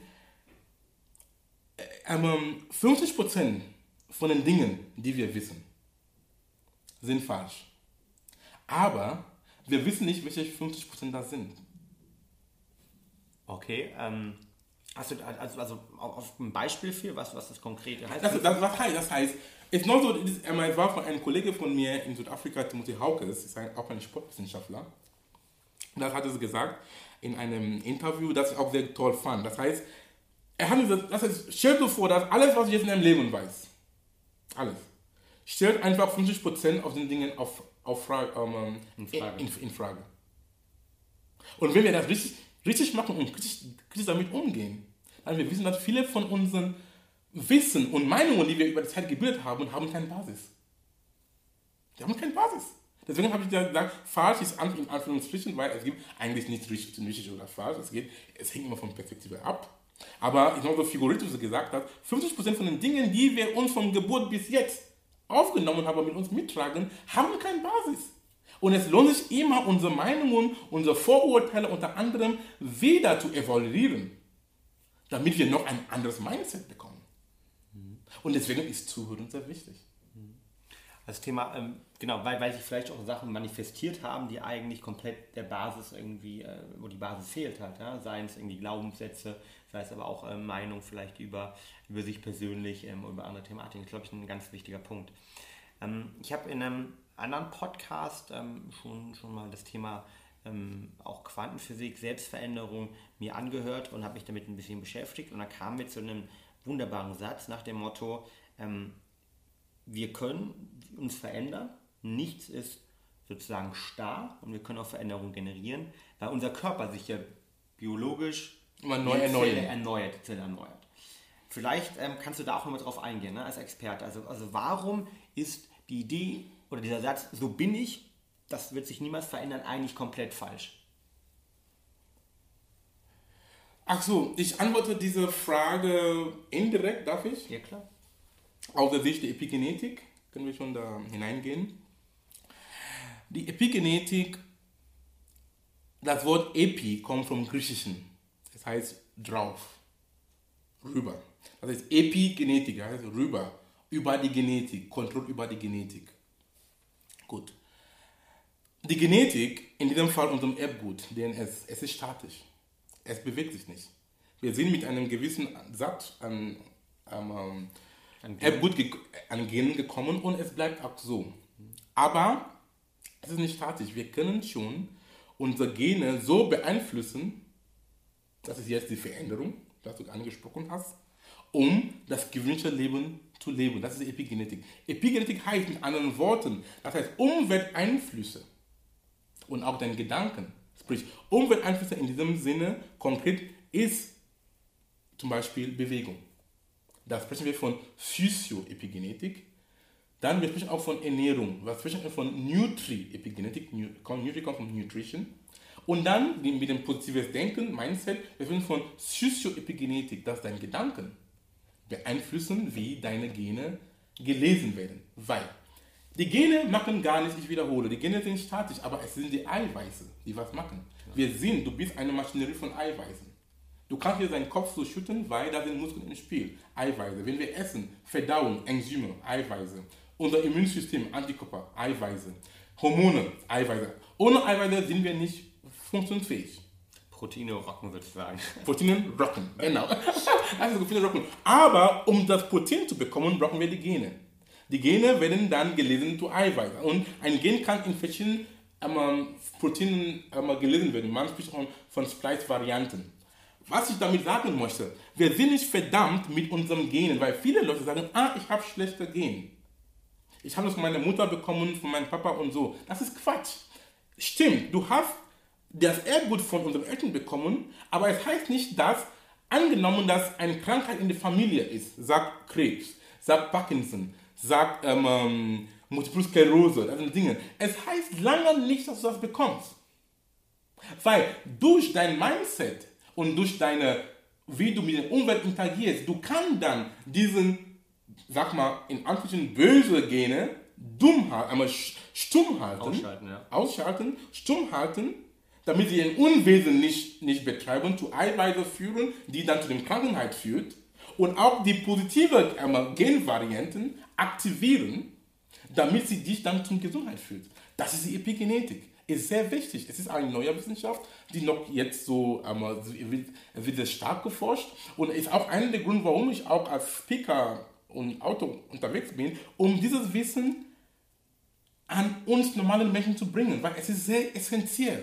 Ähm, fünfzig Prozent von den Dingen, die wir wissen, sind falsch. Aber wir wissen nicht, welche fünfzig Prozent das sind. Okay, ähm, hast du also, also auf ein Beispiel für, was, was das konkrete heißt? Das, das, was heißt, das heißt, es ist noch so, es war von einem Kollege von mir in Südafrika, Timothy Haukes, ist ein, auch ein Sportwissenschaftler. Das hat er gesagt in einem Interview, das ich auch sehr toll fand. Das heißt, er hat gesagt, das heißt, stell dir vor, dass alles, was du jetzt in deinem Leben weißt, alles, stellt einfach fünfzig Prozent auf den Dingen auf, auf Frage, um, in, Frage. In, in Frage. Und wenn wir das richtig richtig machen und kritisch, kritisch damit umgehen, dann wir wissen, dass viele von unseren Wissen und Meinungen, die wir über die Zeit gebildet haben, haben keine Basis. Die haben keine Basis. Deswegen habe ich gesagt, falsch ist in Anführungsstrichen, weil es gibt eigentlich nicht richtig, richtig oder falsch. Es, geht, es hängt immer von Perspektive ab. Aber ich habe so figurativ gesagt, dass fünfzig Prozent von den Dingen, die wir uns von Geburt bis jetzt aufgenommen haben und mit uns mittragen, haben keine Basis. Und es lohnt sich immer, unsere Meinungen, unsere Vorurteile unter anderem wieder zu evaluieren, damit wir noch ein anderes Mindset bekommen. Mhm. Und deswegen ist Zuhören sehr wichtig. Das Thema, ähm, genau, weil, weil sich vielleicht auch Sachen manifestiert haben, die eigentlich komplett der Basis irgendwie, äh, wo die Basis fehlt halt, ja? Seien es irgendwie Glaubenssätze, sei es aber auch äh, Meinung vielleicht über, über sich persönlich, ähm, über andere Thematiken. Das ist, glaube ich, ein ganz wichtiger Punkt. Ähm, ich habe in einem anderen Podcast ähm, schon, schon mal das Thema ähm, auch Quantenphysik, Selbstveränderung mir angehört und habe mich damit ein bisschen beschäftigt, und da kamen wir zu einem wunderbaren Satz nach dem Motto, ähm, wir können uns verändern, nichts ist sozusagen starr und wir können auch Veränderungen generieren, weil unser Körper sich ja biologisch immer neu erneuert. erneuert, Zelle erneuert. Vielleicht ähm, kannst du da auch nochmal drauf eingehen, ne, als Experte. Also, also warum ist die Idee oder dieser Satz, so bin ich, das wird sich niemals verändern, eigentlich komplett falsch? Ach so, ich antworte diese Frage indirekt, darf ich? Ja, klar. Aus der Sicht der Epigenetik können wir schon da hineingehen. Die Epigenetik, das Wort Epi kommt vom Griechischen. Das heißt drauf, rüber. Das heißt Epigenetik, das heißt rüber, über die Genetik, Kontrolle über die Genetik. Gut. Die Genetik, in diesem Fall unserem Erbgut, D N S, es ist statisch. Es bewegt sich nicht. Wir sind mit einem gewissen Satz an, an, an, Erbgut ge- an Genen gekommen und es bleibt auch so. Aber es ist nicht statisch. Wir können schon unsere Gene so beeinflussen, das ist jetzt die Veränderung, das du angesprochen hast, um das gewünschte Leben zu leben. Das ist die Epigenetik. Epigenetik heißt mit anderen Worten, das heißt Umwelteinflüsse und auch deine Gedanken. Sprich, Umwelteinflüsse in diesem Sinne konkret ist zum Beispiel Bewegung. Da sprechen wir von Physio-Epigenetik. Dann wir sprechen auch von Ernährung. Wir sprechen von Nutri-Epigenetik. Nutri kommt von Nutrition. Und dann mit dem positives Denken, Mindset, wir sprechen von Physio-Epigenetik, dass deine Gedanken beeinflussen, wie deine Gene gelesen werden. Weil die Gene machen gar nichts, ich wiederhole, die Gene sind statisch, aber es sind die Eiweiße, die was machen. Wir sind, du bist eine Maschinerie von Eiweißen. Du kannst hier deinen Kopf so schütten, weil da sind Muskeln im Spiel. Eiweiße. Wenn wir essen, Verdauung, Enzyme, Eiweiße. Unser Immunsystem, Antikörper, Eiweiße. Hormone, Eiweiße. Ohne Eiweiße sind wir nicht funktionsfähig. Proteine rocken, würde ich sagen. Proteine rocken, genau. Also Proteine rocken. Aber um das Protein zu bekommen, brauchen wir die Gene. Die Gene werden dann gelesen zu Eiweißen. Und ein Gen kann in verschiedenen ähm, Proteinen ähm, gelesen werden. Man spricht auch von Splice-Varianten. Was ich damit sagen möchte, wir sind nicht verdammt mit unseren Genen, weil viele Leute sagen, ah, ich habe schlechte Gene. Ich habe das von meiner Mutter bekommen, von meinem Papa und so. Das ist Quatsch. Stimmt, du hast das Erbgut von unseren Eltern bekommen, aber es heißt nicht, dass, angenommen, dass eine Krankheit in der Familie ist, sagt Krebs, sagt Parkinson, sagt ähm, ähm, Multiple Sklerose, das sind Dinge. Es heißt lange nicht, dass du das bekommst. Weil durch dein Mindset und durch deine, wie du mit der Umwelt interagierst, du kannst dann diesen, sag mal, in Anführungszeichen böse Gene dumm halten, einmal stumm halten, ausschalten, ja. ausschalten, stumm halten, damit sie ein Unwesen nicht, nicht betreiben, zu Eiweiße führen, die dann zu der Krankheit führt und auch die positive äh, Genvarianten aktivieren, damit sie dich dann zur Gesundheit führt. Das ist die Epigenetik. Ist sehr wichtig. Es ist eine neue Wissenschaft, die noch jetzt so ähm, wird, wird sehr stark geforscht und ist auch einer der Gründe, warum ich auch als Speaker und Autor unterwegs bin, um dieses Wissen an uns normalen Menschen zu bringen, weil es ist sehr essentiell,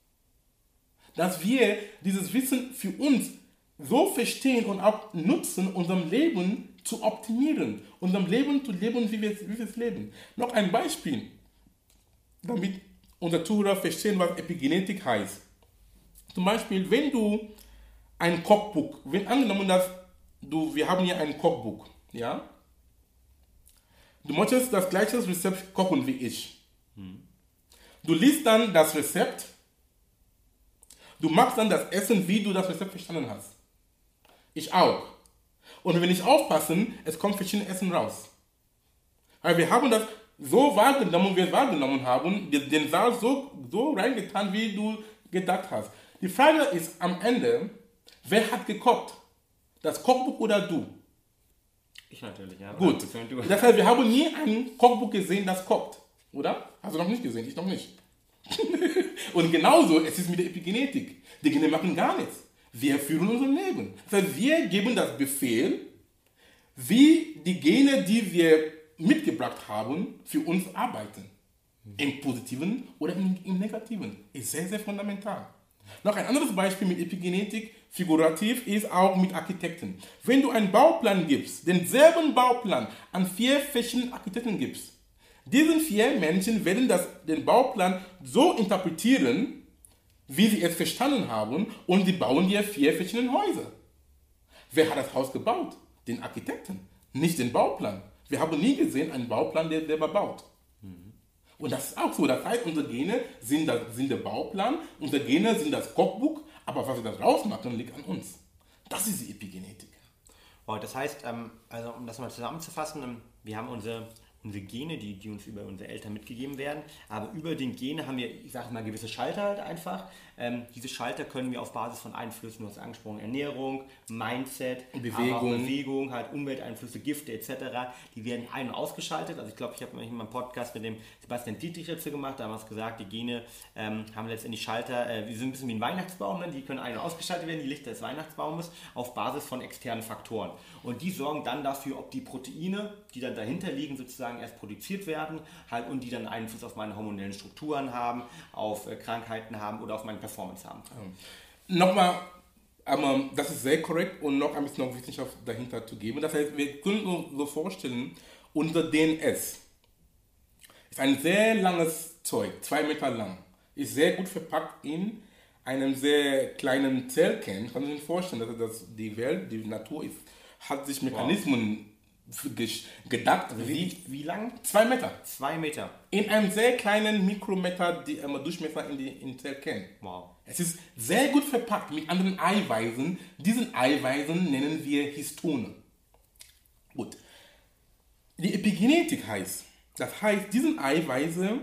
dass wir dieses Wissen für uns so verstehen und auch nutzen, unserem Leben zu optimieren, unserem Leben zu leben, wie wir, wie wir es leben. Noch ein Beispiel, damit unsere Zuhörer verstehen, was Epigenetik heißt. Zum Beispiel, wenn du ein Kochbuch, wenn angenommen, dass du, wir haben hier ein Kochbuch, ja, du möchtest das gleiche Rezept kochen wie ich. Hm. Du liest dann das Rezept, du machst dann das Essen, wie du das Rezept verstanden hast. Ich auch. Und wenn wir nicht aufpassen, es kommt verschiedene Essen raus. Weil wir haben das so wahrgenommen, wie wir es wahrgenommen haben, den Saal so, so reingetan, wie du gedacht hast. Die Frage ist am Ende, wer hat gekocht? Das Kochbuch oder du? Ich natürlich, ja. Gut. Das heißt, wir haben nie ein Kochbuch gesehen, das kocht. Oder? Hast du noch nicht gesehen? Ich noch nicht. Und genauso, es ist mit der Epigenetik. Die Gene machen gar nichts. Wir führen unser Leben. Das heißt, wir geben das Befehl, wie die Gene, die wir mitgebracht haben, für uns arbeiten. Im Positiven oder im, im Negativen. Ist sehr, sehr fundamental. Noch ein anderes Beispiel mit Epigenetik, figurativ, ist auch mit Architekten. Wenn du einen Bauplan gibst, denselben Bauplan an vier verschiedenen Architekten gibst, diesen vier Menschen werden das, den Bauplan so interpretieren, wie sie es verstanden haben, und sie bauen dir vier verschiedene Häuser. Wer hat das Haus gebaut? Den Architekten, nicht den Bauplan. Wir haben nie gesehen einen Bauplan, der selber baut. Mhm. Und das ist auch so. Das heißt, unsere Gene sind, das, sind der Bauplan, unsere Gene sind das Kochbuch, aber was wir da draus machen, liegt an uns. Das ist die Epigenetik. Oh, das heißt, ähm, also um das mal zusammenzufassen, ähm, wir haben unsere, unsere Gene, die, die uns über unsere Eltern mitgegeben werden, aber über den Gene haben wir, ich sage mal, gewisse Schalter halt einfach. Ähm, diese Schalter können wir auf Basis von Einflüssen, du hast angesprochen, Ernährung, Mindset, Bewegung, aber auch Bewegung, halt Umwelteinflüsse, Gifte et cetera, die werden ein- und ausgeschaltet. Also ich glaube, ich habe in meinem Podcast mit dem Sebastian Dietrich dazu gemacht, damals gesagt, die Gene ähm, haben letztendlich Schalter, äh, wir sind ein bisschen wie ein Weihnachtsbaum, ne? Die können ein- und ausgeschaltet werden, die Lichter des Weihnachtsbaumes, auf Basis von externen Faktoren. Und die sorgen dann dafür, ob die Proteine, die dann dahinter liegen, sozusagen erst produziert werden halt, und die dann Einfluss auf meine hormonellen Strukturen haben, auf äh, Krankheiten haben oder auf meine Performance haben. Ähm, Nochmal, aber das ist sehr korrekt, und noch ein bisschen noch Wissenschaft dahinter zu geben. Das heißt, wir können uns so vorstellen, unser D N S ist ein sehr langes Zeug, zwei Meter lang, ist sehr gut verpackt in einem sehr kleinen Zellkern. Kann man sich vorstellen, dass das die Welt, die Natur ist, hat sich Mechanismen wow. gedacht. Wie, wie lang? Zwei Meter. Zwei Meter. In einem sehr kleinen Mikrometer die, ähm, Durchmesser in die in Zellkern. Wow. Es ist sehr gut verpackt mit anderen Eiweißen. Diesen Eiweißen nennen wir Histone. Gut. Die Epigenetik heißt, das heißt, diesen Eiweiße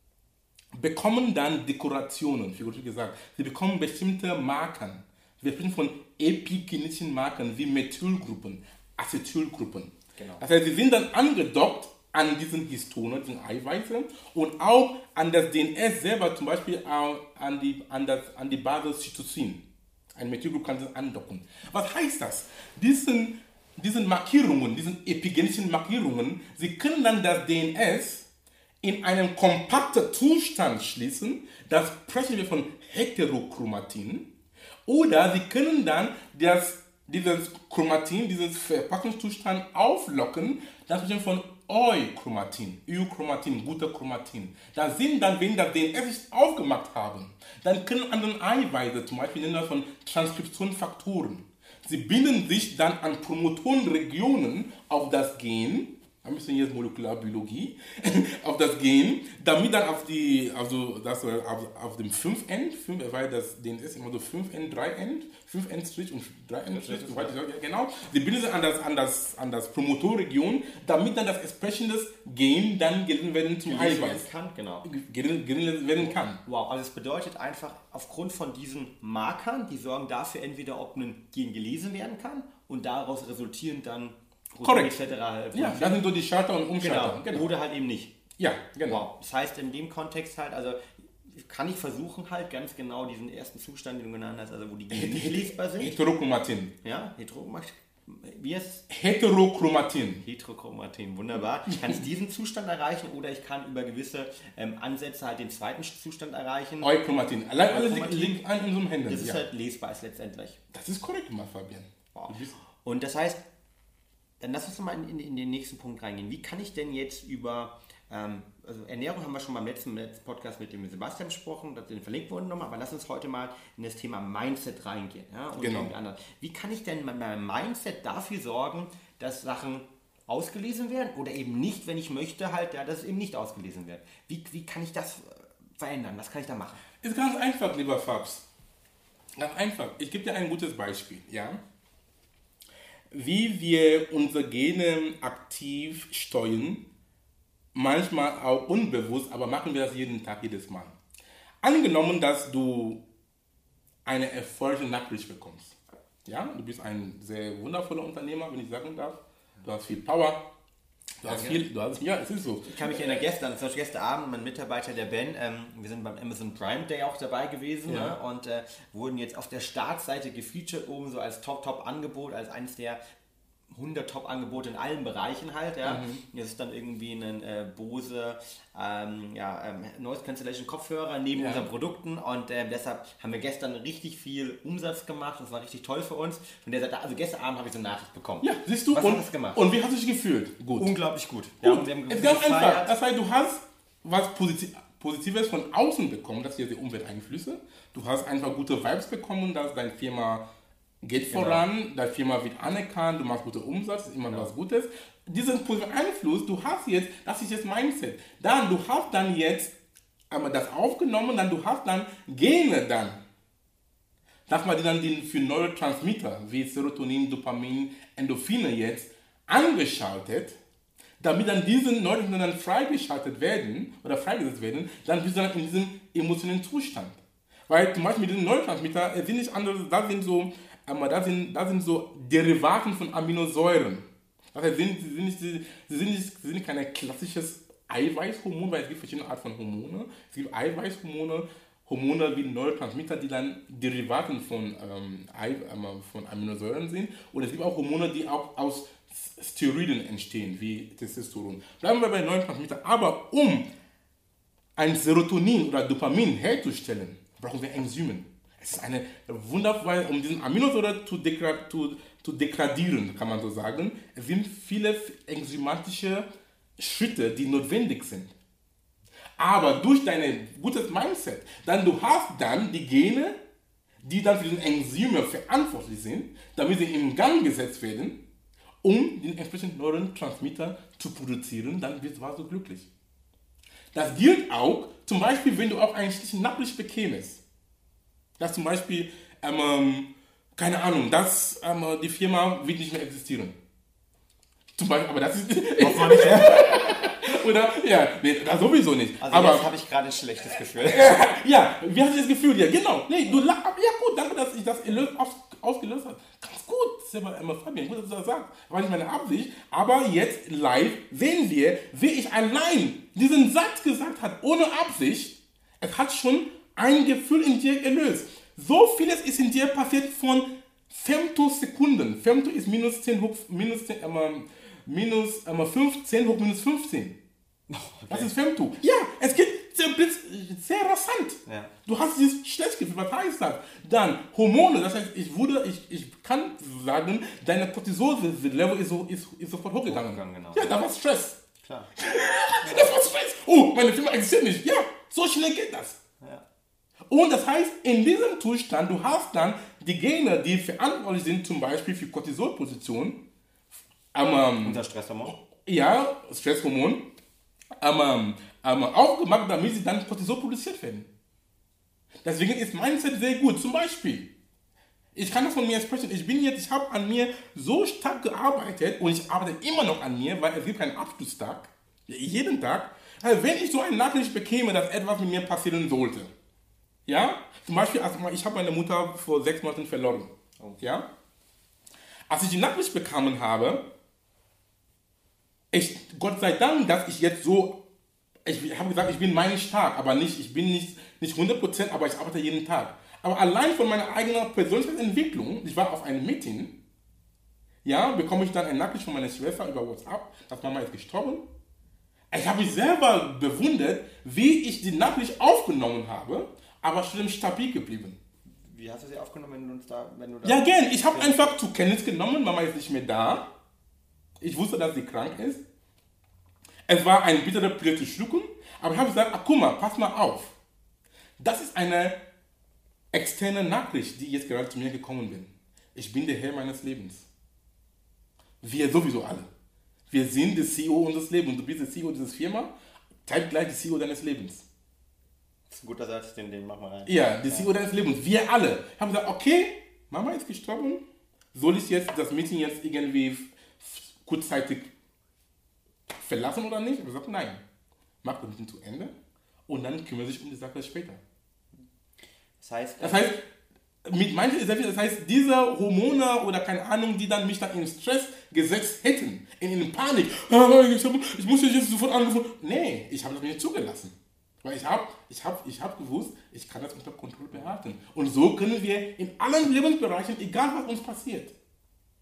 bekommen dann Dekorationen, figurativ gesagt. Sie bekommen bestimmte Marken. Wir sprechen von epigenetischen Marken wie Methylgruppen, Acetylgruppen. Genau. Das heißt, sie sind dann angedockt an diesen Histonen, diesen Eiweißen, und auch an das D N S selber, zum Beispiel an die, an das, an die Basis Cytosin. Ein Methylgruppe kann sich andocken. Was heißt das? Diesen, diesen Markierungen, diesen epigenetischen Markierungen, sie können dann das D N S in einen kompakten Zustand schließen, das sprechen wir von Heterochromatin, oder sie können dann das, dieses Chromatin, dieses Verpackungszustand auflocken, das sprechen wir von Euchromatin, Euchromatin, guter Chromatin. Da sind dann, wenn das D N S sich aufgemacht haben, dann können andere Eiweiße, zum Beispiel nennen wir von Transkriptionsfaktoren, sie binden sich dann an Promotorenregionen auf das Gen, ein bisschen jetzt Molekularbiologie, auf das Gen, damit dann auf die, also das auf, auf dem fünf End, weil das D N S immer so fünf End, drei End, fünf End Strich und drei End Strich, genau, sie binden sich an das, an das, an das Promotorregion, damit dann das entsprechende Gen dann gelesen werden zum Eiweiß. Kann, genau. Gelesen werden kann. Wow, also es bedeutet einfach, aufgrund von diesen Markern, die sorgen dafür entweder, ob ein Gen gelesen werden kann, und daraus resultieren dann Korrekt. et cetera. Ja, das sind so die Schalter und Umschalter. Genau. Genau. Oder halt eben nicht. Ja, genau. Wow. Das heißt, in dem Kontext halt, also kann ich versuchen halt ganz genau diesen ersten Zustand, den du genannt hast, also wo die Gene nicht lesbar sind. Heterochromatin. Ja, Heterochromatin. Wie ist Heterochromatin. Heterochromatin, wunderbar. Kann ich diesen Zustand erreichen, oder ich kann über gewisse ähm, Ansätze halt den zweiten Zustand erreichen. Euchromatin. Allein alles liegt an unseren Händen. Das ist ja. halt lesbar ist letztendlich. Das ist korrekt, mal Fabian. Wow. Und das heißt, dann lass uns mal in, in, in den nächsten Punkt reingehen. Wie kann ich denn jetzt über, ähm, also Ernährung haben wir schon beim letzten, letzten Podcast mit dem Sebastian besprochen, das den verlinkt worden nochmal, aber lass uns heute mal in das Thema Mindset reingehen. Ja, und genau. Wie kann ich denn mit meinem Mindset dafür sorgen, dass Sachen ausgelesen werden oder eben nicht, wenn ich möchte, halt, ja, dass es eben nicht ausgelesen wird? Wie, wie kann ich das verändern? Was kann ich da machen? Ist ganz einfach, lieber Fabs. Ganz einfach. Ich gebe dir ein gutes Beispiel. Ja? Wie wir unsere Gene aktiv steuern, manchmal auch unbewusst, aber machen wir das jeden Tag, jedes Mal. Angenommen, dass du eine erfolgreiche Nachricht bekommst. Ja, du bist ein sehr wundervoller Unternehmer, wenn ich sagen darf. Du hast viel Power. Du hast viel, du hast, ja, es ist so. Ich kann mich erinnern, gestern, das war gestern Abend, mein Mitarbeiter, der Ben, ähm, wir sind beim Amazon Prime Day auch dabei gewesen, ja. ne? Und äh, wurden jetzt auf der Startseite gefeatured, oben so als Top-Top-Angebot, als eines der hundert Top-Angebote in allen Bereichen halt, ja. Mhm. Das ist dann irgendwie ein äh, Bose ähm, ja, ähm, Noise Cancellation Kopfhörer neben Ja. unseren Produkten und äh, deshalb haben wir gestern richtig viel Umsatz gemacht. Das war richtig toll für uns. Von der Seite, also gestern Abend habe ich so eine Nachricht bekommen. Ja, siehst du, Was und, hat das gemacht? und wie hast du dich gefühlt? Gut. Unglaublich gut. Gut. und wir haben Es ist ganz gefeiert. einfach. Das heißt, du hast was Posit- Positives von außen bekommen, das hier die Umwelteinflüsse. Du hast einfach gute Vibes bekommen, dass deine Firma geht Genau. voran, deine Firma wird anerkannt, du machst guten Umsatz, das ist immer was Gutes. Diesen positiven Einfluss, du hast jetzt, das ist jetzt Mindset. Dann, du hast dann jetzt aber das aufgenommen, dann du hast dann Gene dann. Dass man die dann den für Neurotransmitter wie Serotonin, Dopamin, Endorphine jetzt angeschaltet, damit dann diese Neurotransmitter dann freigeschaltet werden oder freigesetzt werden, dann bist du dann in diesem emotionalen Zustand. Weil zum Beispiel diese Neurotransmitter äh, sind nicht andere, das sind so, ähm, das sind, das sind so Derivaten von Aminosäuren. Das heißt, sind, sie, sind nicht, sie, sind nicht, sie sind nicht kein klassisches Eiweißhormon, weil es gibt verschiedene Arten von Hormone. Es gibt Eiweißhormone, Hormone wie Neurotransmitter, die dann Derivaten von, ähm, Ei, äh, von Aminosäuren sind. Und es gibt auch Hormone, die auch aus Steroiden entstehen, wie Testosteron. Bleiben wir bei Neurotransmitter. Aber um ein Serotonin oder Dopamin herzustellen, brauchen wir Enzymen. Es ist eine wundervolle, um diesen Aminosäure zu, degra- zu, zu degradieren, kann man so sagen. Es sind viele enzymatische Schritte, die notwendig sind. Aber durch dein gutes Mindset, dann du hast dann die Gene, die dann für die Enzyme verantwortlich sind, damit sie in Gang gesetzt werden, um den entsprechenden Neurotransmitter zu produzieren, dann wirst du glücklich. Das gilt auch, zum Beispiel, wenn du auch einen schlechten Nachricht bekämst. Dass zum Beispiel, ähm, keine Ahnung, dass ähm, die Firma wird nicht mehr existieren. Zum Beispiel, aber das ist... Oder? Ja, nee, das sowieso nicht. Also aber jetzt habe ich gerade ein schlechtes Gefühl. ja, wie hast du das Gefühl? Ja, genau. Nee, du lach, ja gut, danke, dass ich das aus, ausgelöst habe. Ganz gut, selber immer Fabian, gut, dass du das sagst. War nicht meine Absicht. Aber jetzt live sehen wir, wie ich allein diesen Satz gesagt habe, ohne Absicht. Es hat schon ein Gefühl in dir gelöst. So vieles ist in dir passiert von Femtosekunden. Femto ist minus zehn hoch, minus zehn, ähm, minus ähm, fünfzehn hoch minus fünfzehn. Okay. Das ist Femto. Ja, es geht sehr, sehr rasant. Ja. Du hast dieses Schlechtgefühl, was heißt das? Dann Hormone, das heißt, ich wurde, ich, ich kann sagen, deine Cortisol-Level ist, so, ist, ist sofort hochgegangen. Hochgegangen, genau. Ja, da war Stress. Klar. Das war Stress. Oh, meine Firma existiert nicht. Ja, so schnell geht das. Ja. Und das heißt, in diesem Zustand, du hast dann die Gene, die verantwortlich sind, zum Beispiel für Cortisolposition, ähm, Unser Stresshormon. ja, Stresshormon, ähm, ähm, aufgemacht, damit sie dann Cortisol produziert werden. Deswegen ist Mindset sehr gut. Zum Beispiel, ich kann das von mir sprechen, ich bin jetzt, ich habe an mir so stark gearbeitet und ich arbeite immer noch an mir, weil es gibt keinen Abschlusstag, jeden Tag. Also wenn ich so eine Nachricht bekäme, dass etwas mit mir passieren sollte, ja, zum Beispiel, also ich habe meine Mutter vor sechs Monaten verloren, ja, als ich die Nachricht bekommen habe, ich, Gott sei Dank, dass ich jetzt so, ich habe gesagt, ich bin mein stark, aber nicht, ich bin nicht, nicht hundert Prozent, aber ich arbeite jeden Tag. Aber allein von meiner eigenen Persönlichkeitsentwicklung, ich war auf einem Meeting, ja, bekomme ich dann eine Nachricht von meiner Schwester über WhatsApp, dass Mama ist gestorben. Ich habe mich selber bewundert, wie ich die Nachricht aufgenommen habe, aber schon stabil geblieben. Wie hast du sie aufgenommen, wenn du uns da, wenn du da Ja, gern. Ich habe einfach zur Kenntnis genommen, Mama ist nicht mehr da. Ich wusste, dass sie krank ist. Es war ein bitterer Pille zu schlucken, aber ich habe gesagt, ach, guck mal, pass mal auf. Das ist eine externe Nachricht, die jetzt gerade zu mir gekommen bin. Ich bin der Herr meines Lebens. Wir sowieso alle. Wir sind der C E O unseres Lebens. Du bist der C E O dieser Firma, zeitgleich der C E O deines Lebens. Das ist ein guter Satz, den, den machen wir rein. Ja, der C E O deines Lebens. Wir alle haben gesagt, okay, Mama ist gestorben. Soll ich jetzt das Meeting jetzt irgendwie f- kurzzeitig verlassen oder nicht? Ich habe gesagt, nein. Mach das Meeting zu Ende und dann kümmere dich um die Sache später. Das heißt, Das heißt, mit manchen ist das heißt, diese Hormone oder keine Ahnung, die dann mich dann in Stress gesetzt hätten, in, in Panik, ich muss jetzt sofort anrufen. Nee, ich habe das nicht zugelassen. Weil ich habe ich hab, ich hab gewusst, ich kann das unter Kontrolle behalten. Und so können wir in allen Lebensbereichen, egal was uns passiert,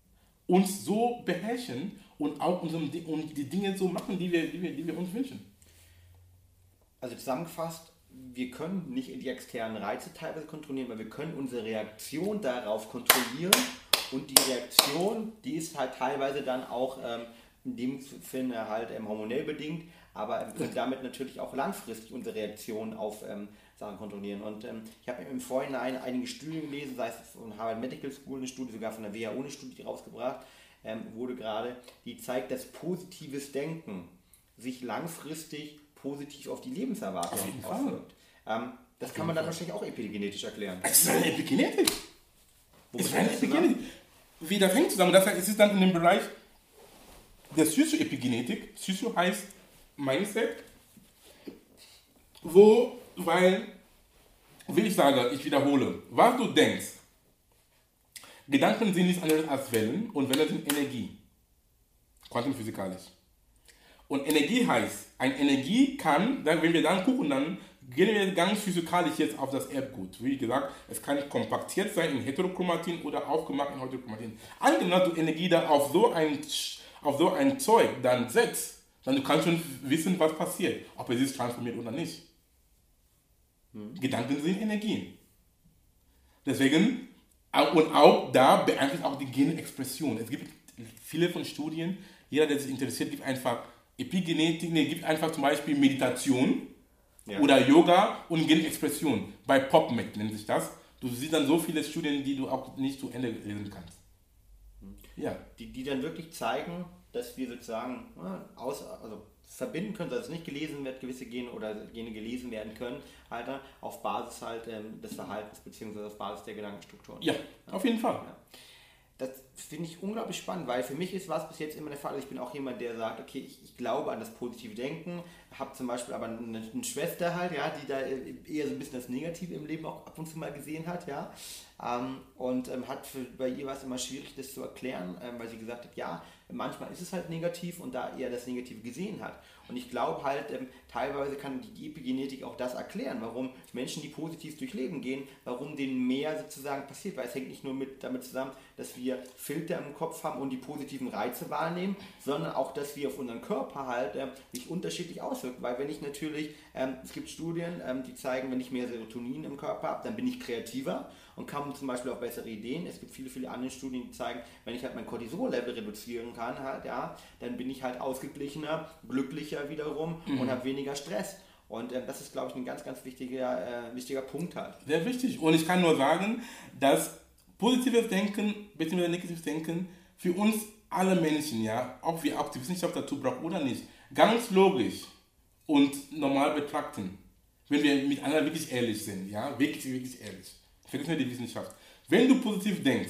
uns so beherrschen und auch unsere, und die Dinge so machen, die wir, die wir, die wir uns wünschen. Also zusammengefasst, wir können nicht die externen Reize teilweise kontrollieren, weil wir können unsere Reaktion darauf kontrollieren und die Reaktion, die ist halt teilweise dann auch ähm, in dem Sinne halt ähm, hormonell bedingt, aber wir können damit natürlich auch langfristig unsere Reaktion auf ähm, Sachen kontrollieren. Und ähm, ich habe im Vorhinein einige Studien gelesen, sei es von Harvard Medical School eine Studie, sogar von der W H O eine Studie rausgebracht, ähm, wurde gerade, die zeigt, dass positives Denken sich langfristig positiv auf die Lebenserwartung auswirkt. Ähm, das kann man dann wahrscheinlich auch epigenetisch erklären. Es ist eine Epigenetik. Es ist eine Epigenetik. Wie das hängt zusammen. Das heißt, es ist dann in dem Bereich der Sozioepigenetik. Sozio heißt Mindset. Wo, weil, wie ich sage, ich wiederhole, was du denkst, Gedanken sind nichts anderes als Wellen und Wellen sind Energie. Quantenphysikalisch. Und Energie heißt, eine Energie kann, wenn wir dann gucken, dann gehen wir ganz physikalisch jetzt auf das Erbgut. Wie gesagt, es kann kompaktiert sein in Heterochromatin oder aufgemacht in Heterochromatin. Angenommen, du Energie da auf so ein, auf so ein Zeug dann setzt, dann du kannst schon wissen, was passiert, ob es sich transformiert oder nicht. Hm. Gedanken sind Energien. Deswegen, und auch da beeinflusst auch die Genexpression. Es gibt viele von Studien, jeder, der sich interessiert, gibt einfach Epigenetik, nee, gibt einfach zum Beispiel Meditation, ja, oder Yoga und Genexpression. Bei PubMed nennt sich das. Du siehst dann so viele Studien, die du auch nicht zu Ende lesen kannst. Ja. Die, die dann wirklich zeigen, dass wir sozusagen ja, aus, also verbinden können, dass es nicht gelesen wird, gewisse Gene oder Gene gelesen werden können, halt auf Basis halt ähm, des Verhaltens bzw. auf Basis der Gedankenstrukturen. Ja, ja, auf jeden Fall. Ja. Das finde ich unglaublich spannend, weil für mich ist was bis jetzt immer der Fall. Ich bin auch jemand, der sagt, okay, ich, ich glaube an das positive Denken, habe zum Beispiel aber eine, eine Schwester halt, ja, die da eher so ein bisschen das Negative im Leben auch ab und zu mal gesehen hat, ja, ähm, und ähm, hat für, bei ihr war es immer schwierig, das zu erklären, ähm, weil sie gesagt hat, ja, manchmal ist es halt negativ und da eher das Negative gesehen hat. Und ich glaube halt, ähm, teilweise kann die Epigenetik auch das erklären, warum Menschen, die positiv durch Leben gehen, warum denen mehr sozusagen passiert, weil es hängt nicht nur mit, damit zusammen, dass wir Filter im Kopf haben und die positiven Reize wahrnehmen, sondern auch, dass wir auf unseren Körper halt äh, sich unterschiedlich auswirken, weil wenn ich natürlich, ähm, es gibt Studien, ähm, die zeigen, wenn ich mehr Serotonin im Körper habe, dann bin ich kreativer und kann zum Beispiel auch bessere Ideen. Es gibt viele, viele andere Studien, die zeigen, wenn ich halt mein Cortisol-Level reduzieren kann, halt, ja, dann bin ich halt ausgeglichener, glücklicher wiederum, mhm, und habe weniger Stress. Und äh, das ist, glaube ich, ein ganz, ganz wichtiger, äh, wichtiger Punkt halt. Sehr wichtig. Und ich kann nur sagen, dass positives Denken bzw. negatives Denken für uns alle Menschen, ja, ob wir auch die Wissenschaft dazu brauchen oder nicht, ganz logisch und normal betrachten, wenn wir miteinander wirklich ehrlich sind, ja, wirklich, wirklich ehrlich. Vergiss nicht die Wissenschaft. Wenn du positiv denkst,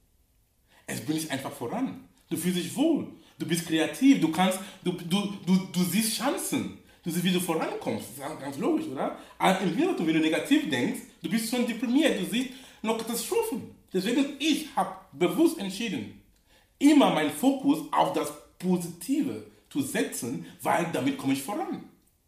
es bringt dich einfach voran. Du fühlst dich wohl, du bist kreativ, du kannst, du, du, du, du siehst Chancen, du siehst, wie du vorankommst. Das ist ganz logisch, oder? Aber im Widertum, wenn du negativ denkst, du bist schon deprimiert, du siehst noch Katastrophen. Deswegen, ich habe bewusst entschieden, immer meinen Fokus auf das Positive zu setzen, weil damit komme ich voran.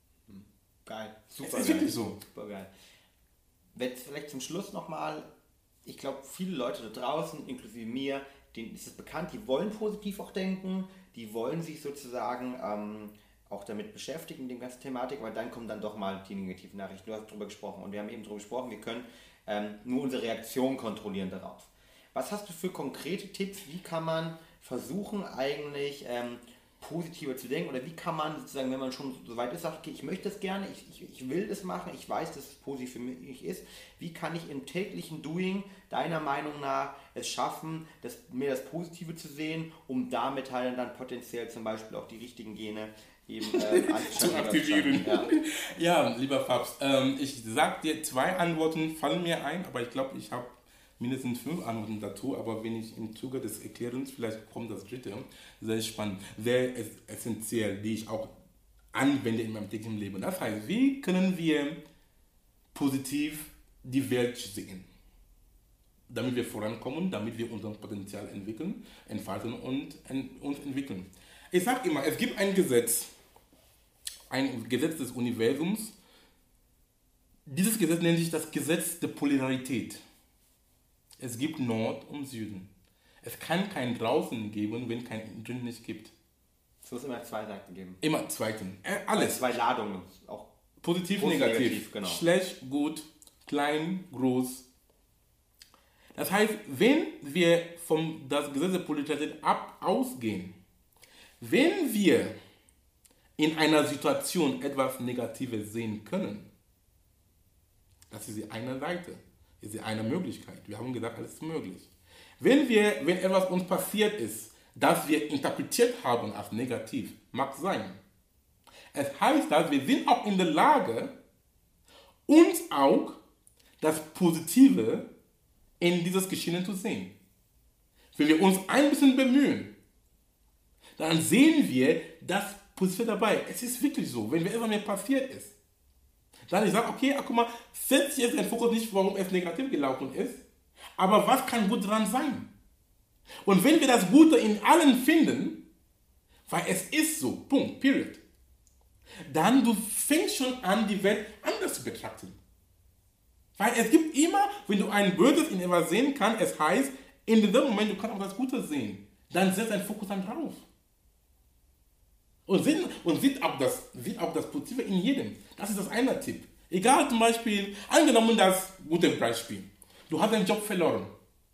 Geil, super es ist geil. wirklich so. Super geil. Jetzt vielleicht zum Schluss nochmal, ich glaube, viele Leute da draußen, inklusive mir, denen ist es bekannt, die wollen positiv auch denken, die wollen sich sozusagen ähm, auch damit beschäftigen, mit der ganzen Thematik, aber dann kommen dann doch mal die negativen Nachrichten. Du hast darüber gesprochen und wir haben eben darüber gesprochen, wir können ähm, nur unsere Reaktion kontrollieren darauf. Was hast du für konkrete Tipps, wie kann man versuchen eigentlich ähm, positiver zu denken oder wie kann man sozusagen, wenn man schon so weit ist, sagt, okay, ich möchte das gerne, ich, ich, ich will das machen, ich weiß, dass es positiv für mich ist, wie kann ich im täglichen Doing deiner Meinung nach es schaffen, das, mehr das Positive zu sehen, um damit halt dann potenziell zum Beispiel auch die richtigen Gene eben äh, zu aktivieren. Ja. Ja, lieber Fabs, ähm, ich sag dir, zwei Antworten fallen mir ein, aber ich glaube, ich habe mindestens fünf Antworten dazu, aber wenn ich im Zuge des Erklärens, vielleicht kommt das dritte, sehr spannend, sehr essentiell, die ich auch anwende in meinem täglichen Leben. Das heißt, wie können wir positiv die Welt sehen, damit wir vorankommen, damit wir unser Potenzial entwickeln, entfalten und uns entwickeln. Ich sage immer, es gibt ein Gesetz, ein Gesetz des Universums. Dieses Gesetz nennt sich das Gesetz der Polarität. Es gibt Nord und Süden. Es kann kein draußen geben, wenn kein drin nicht gibt. Es muss immer zwei Seiten geben. Immer zweiten. Äh, alles. Zwei Ladungen. Auch Positiv, Positiv, negativ. negativ, genau. Schlecht, gut, klein, groß. Das heißt, wenn wir vom das Gesetz der Polarität ab ausgehen, wenn wir in einer Situation etwas Negatives sehen können, das ist die eine Seite, ist die eine Möglichkeit. Wir haben gesagt, alles ist möglich. Wenn wir, wenn etwas uns passiert ist, das wir interpretiert haben als negativ, mag sein. Es heißt, dass wir sind auch in der Lage, uns auch das Positive in dieses Geschehen zu sehen. Wenn wir uns ein bisschen bemühen, dann sehen wir das Positive dabei. Es ist wirklich so, wenn etwas mir passiert ist, dann ich sage, okay, guck mal, setze jetzt den Fokus nicht, warum es negativ gelaufen ist, aber was kann gut dran sein? Und wenn wir das Gute in allen finden, weil es ist so, Punkt, period, dann du fängst schon an, die Welt anders zu betrachten. Weil es gibt immer, wenn du ein Böses in etwas sehen kannst, es heißt, in diesem Moment, du kannst auch das Gute sehen. Dann setzt dein Fokus dann drauf. Und sieht, und sieht, auch das, sieht auch das Positive in jedem. Das ist das eine Tipp. Egal zum Beispiel, angenommen das gute Beispiel. Du hast deinen Job verloren.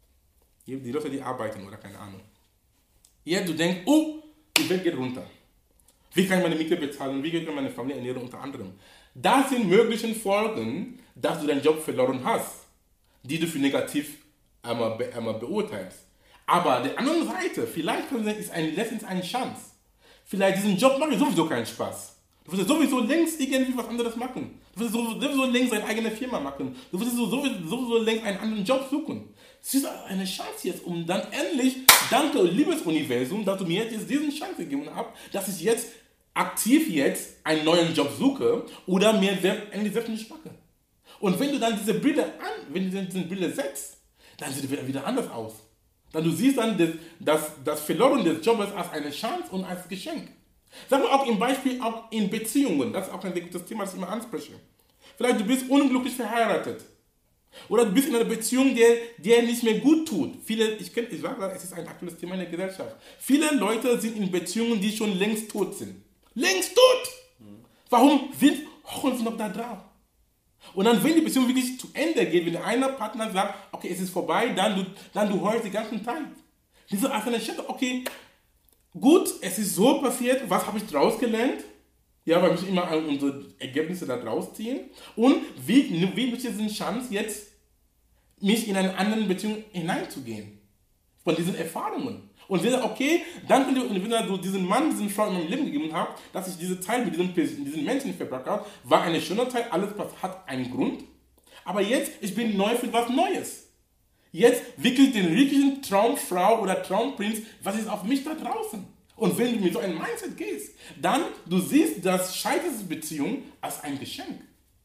Die Leute, die arbeiten oder keine Ahnung. Jetzt du denkst, oh, die Welt geht runter. Wie kann ich meine Miete bezahlen? Wie kann ich meine Familie ernähren unter anderem? Das sind mögliche Folgen, dass du deinen Job verloren hast, die du für negativ einmal, be, einmal beurteilst. Aber der anderen Seite, vielleicht ist ein letztens eine Chance. Vielleicht diesen Job macht dir sowieso keinen Spaß. Du wirst sowieso längst irgendwie was anderes machen. Du wirst sowieso längst deine eigene Firma machen. Du wirst sowieso, sowieso längst einen anderen Job suchen. Es ist eine Chance jetzt, um dann endlich, danke liebes Universum, dass du mir jetzt diesen Chance gegeben hast, dass ich jetzt aktiv jetzt einen neuen Job suche oder mir endlich selbstständig mache. Und wenn du dann diese Brille an, wenn du diese Brille setzt, dann sieht es wieder anders aus. Dann du siehst dann das, das, das Verloren des Jobs als eine Chance und als Geschenk. Sagen wir auch im Beispiel auch in Beziehungen, das ist auch ein sehr gutes Thema, das ich immer anspreche. Vielleicht du bist unglücklich verheiratet. Oder du bist in einer Beziehung, die dir nicht mehr gut tut. Viele, ich kenne, ich sage, es ist ein aktuelles Thema in der Gesellschaft. Viele Leute sind in Beziehungen, die schon längst tot sind. Längst tot! Warum sind, hoffen sie noch da drauf? Und dann, wenn die Beziehung wirklich zu Ende geht, wenn der eine Partner sagt, okay, es ist vorbei, dann du, dann du heulst die ganze Zeit. Diese Art von Schritte, okay, gut, es ist so passiert, was habe ich daraus gelernt? Ja, weil wir müssen immer unsere Ergebnisse da draus ziehen. Und wie, wie nutze ich diese Chance jetzt, mich in eine andere Beziehung hineinzugehen? Von diesen Erfahrungen. Und wieder, okay, danke dir, wenn du diesen Mann, diesen Frau in meinem Leben gegeben hast, dass ich diese Zeit mit diesem, diesen Menschen verbracht habe, war eine schöne Zeit, alles hat einen Grund. Aber jetzt, ich bin neu für was Neues. Jetzt wirklich den wirklichen Traumfrau oder Traumprinz, was ist auf mich da draußen? Und wenn du mit so einem Mindset gehst, dann, du siehst das Scheiterbeziehung als ein Geschenk.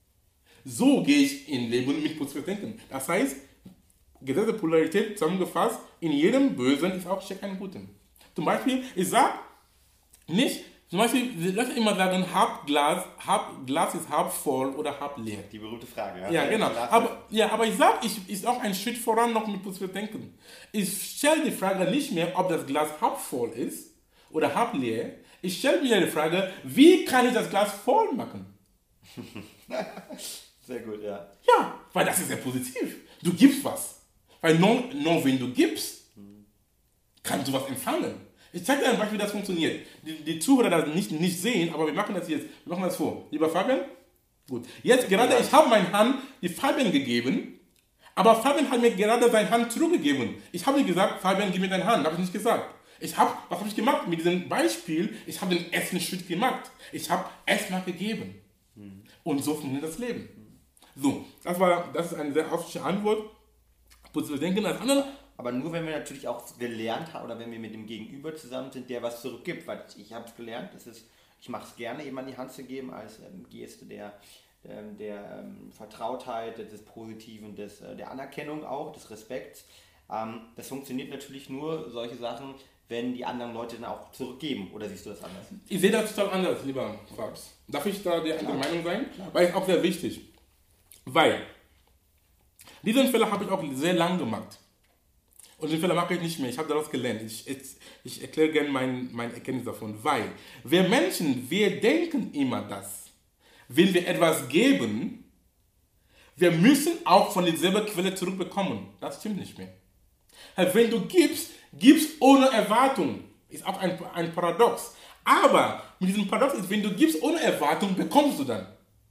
So gehe ich in Leben mit positiv denken. Das heißt, Gesetz der Polarität zusammengefasst, in jedem Bösen ist auch steckt ein Guten. Zum Beispiel, ich sage nicht, zum Beispiel, die Leute immer sagen, halb Glas, halb Glas ist halb voll oder halb leer. Die berühmte Frage. Ja, ja genau. Aber, ja, aber ich sage, ich ist auch ein Schritt voran noch mit positiv denken. Ich stelle die Frage nicht mehr, ob das Glas halb voll ist oder halb leer. Ich stelle mir die Frage, wie kann ich das Glas voll machen? Sehr gut, ja. Ja, weil das ist sehr positiv. Du gibst was. Weil nur, nur wenn du gibst, kannst du was empfangen. Ich zeige dir ein Beispiel, wie das funktioniert. Die, die Zuhörer das nicht, nicht sehen, aber wir machen das jetzt. Wir machen das vor. Lieber Fabian? Gut. Jetzt gerade, ich habe meine Hand die Fabian gegeben, aber Fabian hat mir gerade seine Hand zurückgegeben. Ich habe nicht gesagt, Fabian, gib mir deine Hand. Habe ich nicht gesagt. Ich habe, was habe ich gemacht? Mit diesem Beispiel, ich habe den ersten Schritt gemacht. Ich habe erstmal gegeben. Hm. Und so funktioniert das Leben. So, das war, das ist eine sehr ausführliche Antwort. Positiv denken als andere. Aber nur wenn wir natürlich auch gelernt haben oder wenn wir mit dem Gegenüber zusammen sind, der was zurückgibt. Weil ich habe es gelernt, das ist, ich mache es gerne, jemandem die Hand zu geben als ähm, Geste der, ähm, der ähm, Vertrautheit, des Positiven, des, äh, der Anerkennung auch, des Respekts. Ähm, das funktioniert natürlich nur, solche Sachen, wenn die anderen Leute dann auch zurückgeben. Oder siehst du das anders? Ich sehe das total anders, lieber Fabs. Darf ich da der anderen Meinung sein? Klar. Weil es auch sehr wichtig. Weil diesen Fehler habe ich auch sehr lang gemacht. Und den Fehler mache ich nicht mehr. Ich habe daraus gelernt. Ich, ich, ich erkläre gerne mein, mein Erkenntnis davon. Weil wir Menschen, wir denken immer das. Wenn wir etwas geben, wir müssen auch von derselben Quelle zurückbekommen. Das stimmt nicht mehr. Wenn du gibst, gibst ohne Erwartung. Ist auch ein, ein Paradox. Aber mit diesem Paradox ist, wenn du gibst ohne Erwartung, bekommst du dann.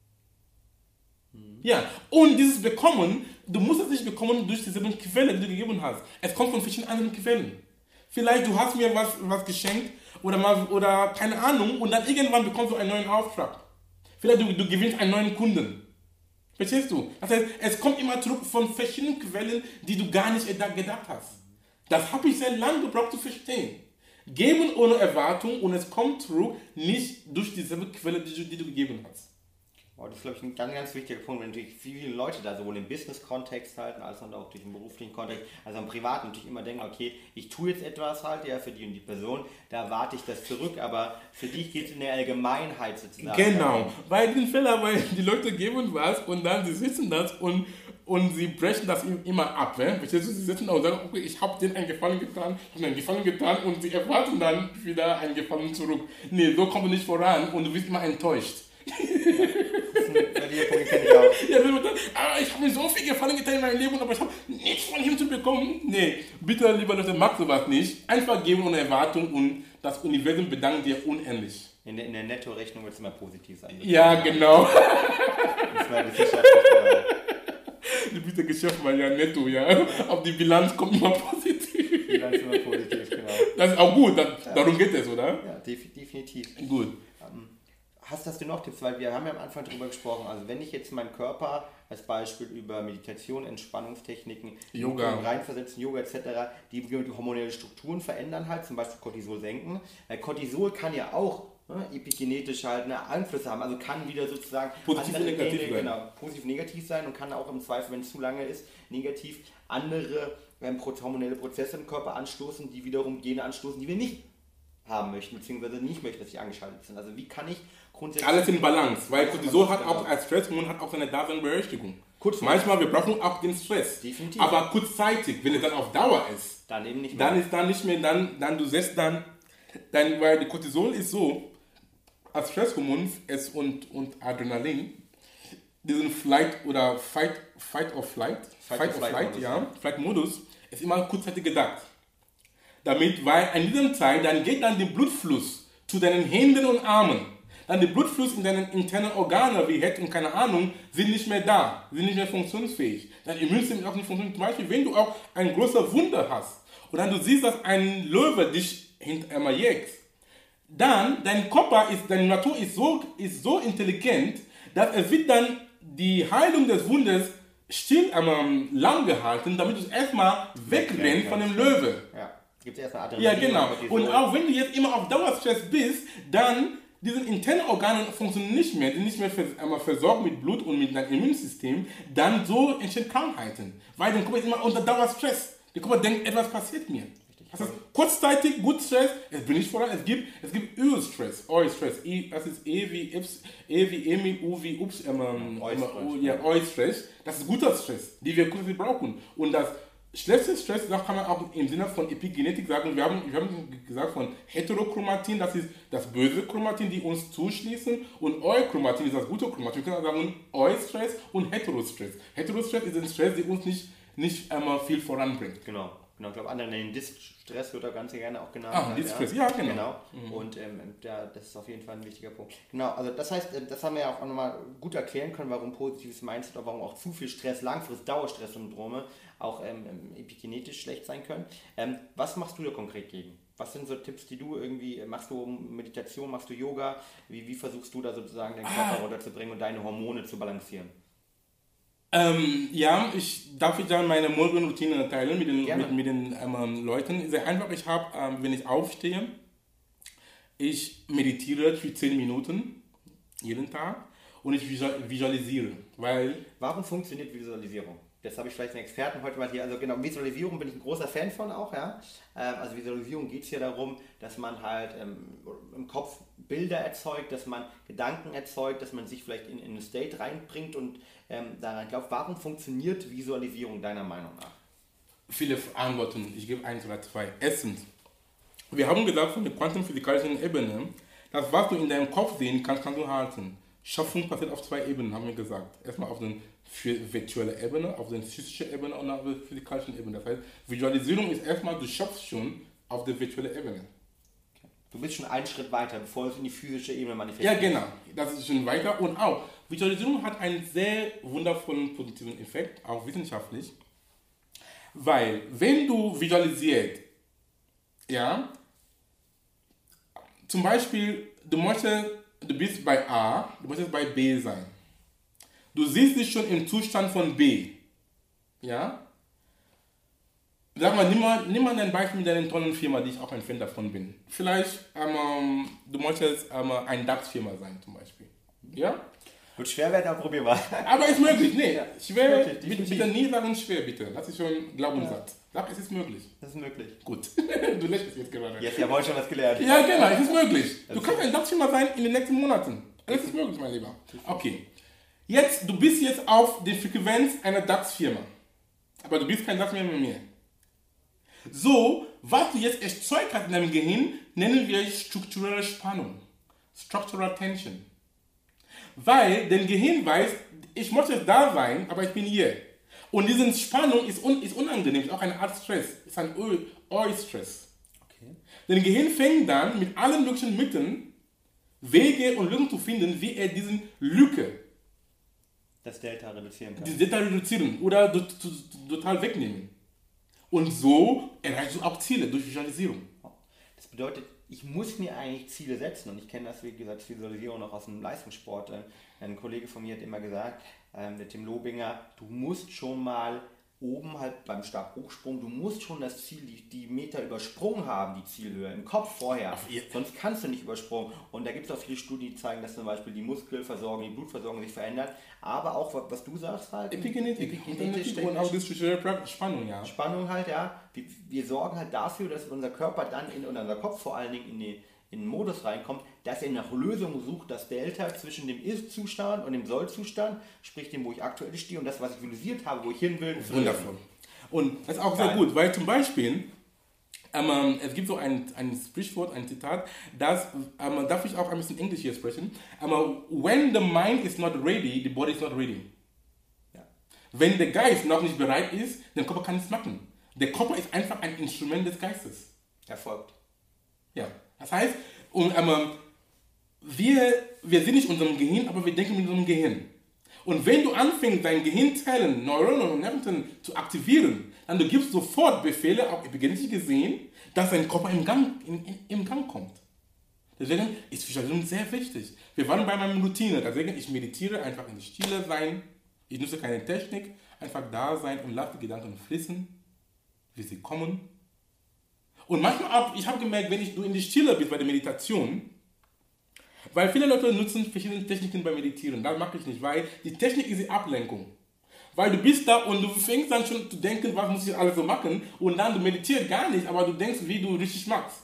Mhm. Ja, und dieses Bekommen, du musst es nicht bekommen durch dieselbe Quelle, die du gegeben hast. Es kommt von verschiedenen anderen Quellen. Vielleicht du hast mir was, was geschenkt oder, mal, oder keine Ahnung und dann irgendwann bekommst du einen neuen Auftrag. Vielleicht du, du gewinnst einen neuen Kunden. Verstehst du? Das heißt, es kommt immer zurück von verschiedenen Quellen, die du gar nicht gedacht hast. Das habe ich sehr lange gebraucht zu verstehen. Geben ohne Erwartung und es kommt zurück nicht durch dieselbe Quelle, die du, die du gegeben hast. Oh, das ist, glaube ich, ein ganz, ganz wichtiger Punkt, wenn natürlich viele Leute da sowohl im Business-Kontext halten, als auch durch den beruflichen Kontext, also im Privaten natürlich immer denken, okay, ich tue jetzt etwas halt, ja, für die und die Person, da erwarte ich das zurück, aber für dich geht es in der Allgemeinheit sozusagen. Genau, weil den Fehler, weil die Leute geben was und dann sie sitzen das und, und sie brechen das immer ab, ne? Verstehst du, sie sitzen da und sagen, okay, ich habe denen einen Gefallen getan, ich habe einen Gefallen getan und sie erwarten dann wieder einen Gefallen zurück. Nee, so kommen wir nicht voran und du bist immer enttäuscht. Ja, ah, ich habe mir so viel Gefallen getan in meinem Leben, aber ich habe nichts von ihm zu bekommen. Nee, bitte, lieber Leute, macht sowas nicht. Einfach geben ohne Erwartung und das Universum bedankt dir unendlich. In der, in der Nettorechnung wird es immer positiv sein. Ja, genau. Das war wissenschaftlich. Du bist der Geschäftsmann, ja, netto, ja. Auf die Bilanz kommt immer positiv. Die Bilanz immer positiv, genau. Das ist auch gut, das, ja. Darum geht es, oder? Ja, definitiv. Gut. Um, Hast, hast du noch Tipps? Weil wir haben ja am Anfang darüber gesprochen, also wenn ich jetzt meinen Körper als Beispiel über Meditation, Entspannungstechniken, Yoga, reinversetzen, Yoga et cetera, die, die hormonelle Strukturen verändern halt, zum Beispiel Cortisol senken. Weil Cortisol kann ja auch ne, epigenetisch halt eine Einflüsse haben, also kann wieder sozusagen positiv andere negativ Gene, sein. Genau, positiv negativ sein und kann auch im Zweifel, wenn es zu lange ist, negativ andere ähm, hormonelle Prozesse im Körper anstoßen, die wiederum Gene anstoßen, die wir nicht haben möchten, beziehungsweise nicht möchten, dass sie angeschaltet sind. Also wie kann ich grundsätzlich... Alles in Balance, weil Cortisol hat auch als Stresshormon hat auch seine Daseinsberechtigung. Manchmal, wir brauchen auch den Stress. Definitiv. Aber kurzzeitig, wenn es dann auf Dauer ist, dann eben nicht mehr. Dann ist dann nicht mehr, dann, dann du setzt dann, dann, weil die Cortisol ist so, als Stresshormon es und, und Adrenalin, diesen Flight oder Fight, Fight or Flight, Fight, Fight or Flight, Flight ja, ja. Flight-Modus, ist immer kurzzeitig gedacht. Damit, weil in diesem Zeit, dann geht dann der Blutfluss zu deinen Händen und Armen. Dann der Blutfluss in deinen internen Organen, wie Herz und keine Ahnung, sind nicht mehr da, sind nicht mehr funktionsfähig. Dein Immunsystem ist auch nicht funktionsfähig. Zum Beispiel, wenn du auch ein großer Wunder hast und dann du siehst, dass ein Löwe dich hinter jägt, dann dein Körper ist, deine Natur ist so, ist so intelligent, dass es wird dann die Heilung des Wunders still am Lamm gehalten, damit du es erstmal wegrennst von dem Löwe. Ja. Gibt es erst eine Adrenalin. Ja, genau. Und auch wenn du jetzt immer auf Dauerstress bist, dann diese internen Organe funktionieren nicht mehr, die sind nicht mehr vers- einmal versorgt mit Blut und mit deinem Immunsystem, dann so entstehen Krankheiten. Weil der Körper ist immer unter Dauerstress. Der Körper denkt, etwas passiert mir. Das heißt, kurzzeitig gut Stress, es bin nicht voran, es gibt, es gibt Eustress, Eustress, E, das ist E wie Ips, E wie Emil, U wie Ups, ähm, ja, Eustress, das ist guter Stress, den wir kurzzeitig brauchen. Und das schlechte Stress, das kann man auch im Sinne von Epigenetik sagen, wir haben, wir haben gesagt von Heterochromatin, das ist das böse Chromatin, die uns zuschließen, und Euchromatin ist das gute Chromatin. Wir können sagen Eustress und Heterostress. Heterostress ist ein Stress, der uns nicht, nicht einmal viel voranbringt. Genau. Genau, ich glaube, andere nennen Distress, wird da ganz gerne auch genannt. Ah, Distress, ja, genau. genau. Mhm. Und ähm, ja, das ist auf jeden Fall ein wichtiger Punkt. Genau, also das heißt, das haben wir ja auch nochmal gut erklären können, warum positives Mindset oder warum auch zu viel Stress, langfristig Dauerstresssyndrome auch ähm, epigenetisch schlecht sein können. Ähm, was machst du da konkret gegen? Was sind so Tipps, die du irgendwie, machst du Meditation, machst du Yoga? Wie, wie versuchst du da sozusagen deinen Körper ah. runterzubringen und deine Hormone zu balancieren? Ähm, ja, ich darf ich dann meine Morgenroutine teilen mit den, mit, mit den ähm, Leuten. Sehr einfach, ich habe, ähm, wenn ich aufstehe, ich meditiere für zehn Minuten jeden Tag und ich visualisiere, weil... Warum funktioniert Visualisierung? Das habe ich vielleicht einen Experten heute mal hier. Also genau, Visualisierung bin ich ein großer Fan von auch, ja. Also Visualisierung geht es hier darum, dass man halt ähm, im Kopf Bilder erzeugt, dass man Gedanken erzeugt, dass man sich vielleicht in, in einen State reinbringt und ähm, daran glaubt. Warum funktioniert Visualisierung deiner Meinung nach? viele Antworten. Ich gebe eins oder zwei. Erstens, wir haben gesagt von der quantenphysikalischen Ebene, das, was du in deinem Kopf sehen kannst, kannst du halten. Schöpfung passiert auf zwei Ebenen, haben wir gesagt. Erstmal auf der virtuellen Ebene, auf der physischen Ebene und auf der physikalischen Ebene. Das heißt, Visualisierung ist erstmal, du schöpfst schon auf der virtuellen Ebene. Du bist schon einen Schritt weiter, bevor es in die physische Ebene manifestiert. Ja, genau. Das ist schon weiter. Und auch, Visualisierung hat einen sehr wundervollen positiven Effekt, auch wissenschaftlich. Weil, wenn du visualisierst, ja, zum Beispiel, du möchtest, du bist bei A, du möchtest bei B sein. Du siehst dich schon im Zustand von B. Ja? Sag mal, nimm mal, nimm mal ein Beispiel mit deiner tollen Firma, die ich auch ein Fan davon bin. Vielleicht, ähm, du möchtest ähm, ein DAX-Firma sein, zum Beispiel. Ja? Wird schwer werden, aber probier mal. Aber ist möglich, nee. Ja, schwer, möglich, bitte, definitiv. bitte nie sagen schwer, bitte. Das ist schon Glaubenssatz. Sag, es ist möglich. Das ist möglich. Gut. Du lächelst jetzt gerade. Jetzt haben wir heute schon was gelernt. Ja, genau, es ist möglich. Du kannst ein DAX-Firma sein in den nächsten Monaten. Es ist möglich, mein Lieber. Okay. Jetzt, du bist jetzt auf der Frequenz einer DAX-Firma. Aber du bist kein DAX-Firma mehr. So, was du jetzt erzeugt hast in deinem Gehirn, nennen wir strukturelle Spannung. Structural Tension. Weil dein Gehirn weiß, ich muss jetzt da sein, aber ich bin hier. Und diese Spannung ist, un, ist unangenehm, ist auch eine Art Stress. Ist ein Eu-Stress. Okay. Dein Gehirn fängt dann mit allen möglichen Mitteln Wege und Lösungen zu finden, wie er diese Lücke, das Delta reduzieren kann. diese Delta reduzieren oder total wegnehmen. Und so erreichst du auch Ziele durch Visualisierung. Das bedeutet, ich muss mir eigentlich Ziele setzen und ich kenne das, wie gesagt, Visualisierung noch aus dem Leistungssport. Ein Kollege von mir hat immer gesagt, der Tim Lobinger, du musst schon mal oben halt beim Stabhochsprung, du musst schon das Ziel, die, die Meter übersprungen haben, die Zielhöhe, im Kopf vorher. Sonst kannst du nicht übersprungen. Und da gibt es auch viele Studien, die zeigen, dass zum Beispiel die Muskelversorgung, die Blutversorgung sich verändert. Aber auch, was du sagst halt. Epigenetik. Epigenetik Und auch die Spannung, ja. Spannung halt, ja. Wir, wir sorgen halt dafür, dass unser Körper dann in, und unser Kopf vor allen Dingen in, die, in den Modus reinkommt, dass er nach Lösungen sucht, das Delta zwischen dem Ist-Zustand und dem Soll-Zustand, sprich dem, wo ich aktuell stehe und das, was ich visualisiert habe, wo ich hin will. Wundervoll. Und das ist auch sehr gut, weil zum Beispiel, ähm, es gibt so ein, ein Sprichwort, ein Zitat, das, ähm, darf ich auch ein bisschen Englisch hier sprechen, ähm, when the mind is not ready, the body is not ready. Ja. Wenn der Geist noch nicht bereit ist, der Körper kann nichts machen. Der Körper ist einfach ein Instrument des Geistes. Erfolgt. Ja, das heißt, und, ähm, wir, wir sind nicht in unserem Gehirn, aber wir denken mit unserem Gehirn. Und wenn du anfängst, dein Gehirnzellen, Neuronen und Nerven zu aktivieren, dann du gibst sofort Befehle, auch epigenetisch gesehen, dass dein Körper im Gang, in, in, im Gang kommt. Deswegen ist Visualisierung sehr wichtig. Wir waren bei meiner Routine, deswegen ich meditiere, einfach in der Stille sein, ich nutze keine Technik, einfach da sein und lasse die Gedanken fließen, wie sie kommen. Und manchmal auch, ich habe gemerkt, wenn ich, du in die Stille bist bei der Meditation, weil viele Leute nutzen verschiedene Techniken beim Meditieren, das mache ich nicht, weil die Technik ist die Ablenkung. Weil du bist da und du fängst dann schon zu denken, was muss ich alles so machen und dann du meditierst gar nicht, aber du denkst, wie du richtig machst.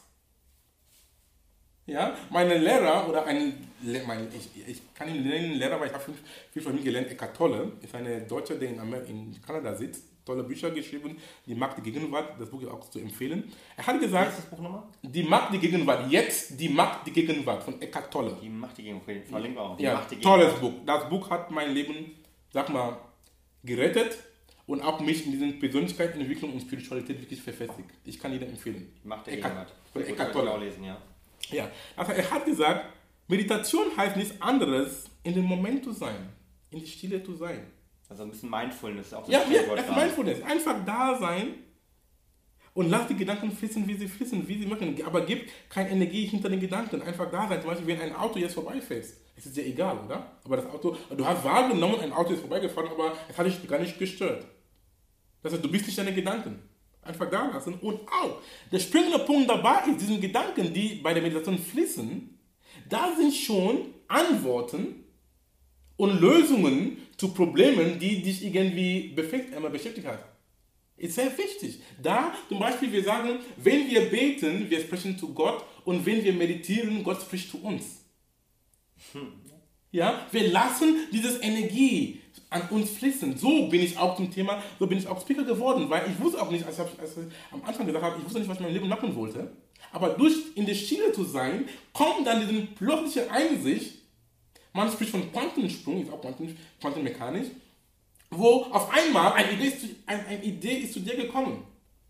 Ja, meine Lehrer oder ein, mein, ich, ich kann ihn nennen Lehrer, weil ich habe viel, viel von mir gelernt, Eckhart Tolle, ist eine Deutsche, der in, Amer- in Kanada sitzt, tolle Bücher geschrieben, Die Macht der Gegenwart, das Buch ist auch zu empfehlen. Er hat gesagt, Was ist das Buch nochmal? Die Macht der Gegenwart, jetzt die Macht der Gegenwart von Eckhart Tolle. Die Macht die Gegenwart, verlinken wir auch. Die Ja, Macht die tolles Gegenwart. Buch. Das Buch hat mein Leben, sag mal, gerettet und auch mich in dieser Persönlichkeitsentwicklung und Spiritualität wirklich verfestigt. Ich kann jedem empfehlen. Die Macht der Eckhart- Gegenwart. von Gut, Eckhart wollte ich Tolle. auch lesen, ja. Ja, also er hat gesagt, Meditation heißt nichts anderes, in dem Moment zu sein, in die Stille zu sein. Also ein bisschen Mindfulness auch. das Ja, ja, Stichwort das ist gerade. Mindfulness. Einfach da sein und lass die Gedanken fließen, wie sie fließen, wie sie machen. Aber gib keine Energie hinter den Gedanken. Einfach da sein. Zum Beispiel, wenn ein Auto jetzt vorbeifährt. Es ist ja egal, oder? Aber das Auto, du hast wahrgenommen, ein Auto ist vorbeigefahren, aber es hat dich gar nicht gestört. Das heißt, du bist nicht deine Gedanken. Einfach da lassen. Und auch, der springende Punkt dabei ist, diesen Gedanken, die bei der Meditation fließen, da sind schon Antworten und Lösungen zu Problemen, die dich irgendwie beschäftigt, äh, beschäftigt hat. Ist sehr wichtig. Da zum Beispiel, wir sagen, wenn wir beten, wir sprechen zu Gott und wenn wir meditieren, Gott spricht zu uns. Hm. Ja, wir lassen diese Energie an uns fließen. So bin ich auch zum Thema, so bin ich auch Speaker geworden, weil ich wusste auch nicht, als ich, als ich am Anfang gesagt habe, ich wusste nicht, was ich in meinem Leben machen wollte. Aber durch in der Schiene zu sein, kommt dann diese plötzliche Einsicht, man spricht von Quantensprung, ist auch Quanten, Quantenmechanik, wo auf einmal eine Idee, ist zu, eine, eine Idee ist zu dir gekommen.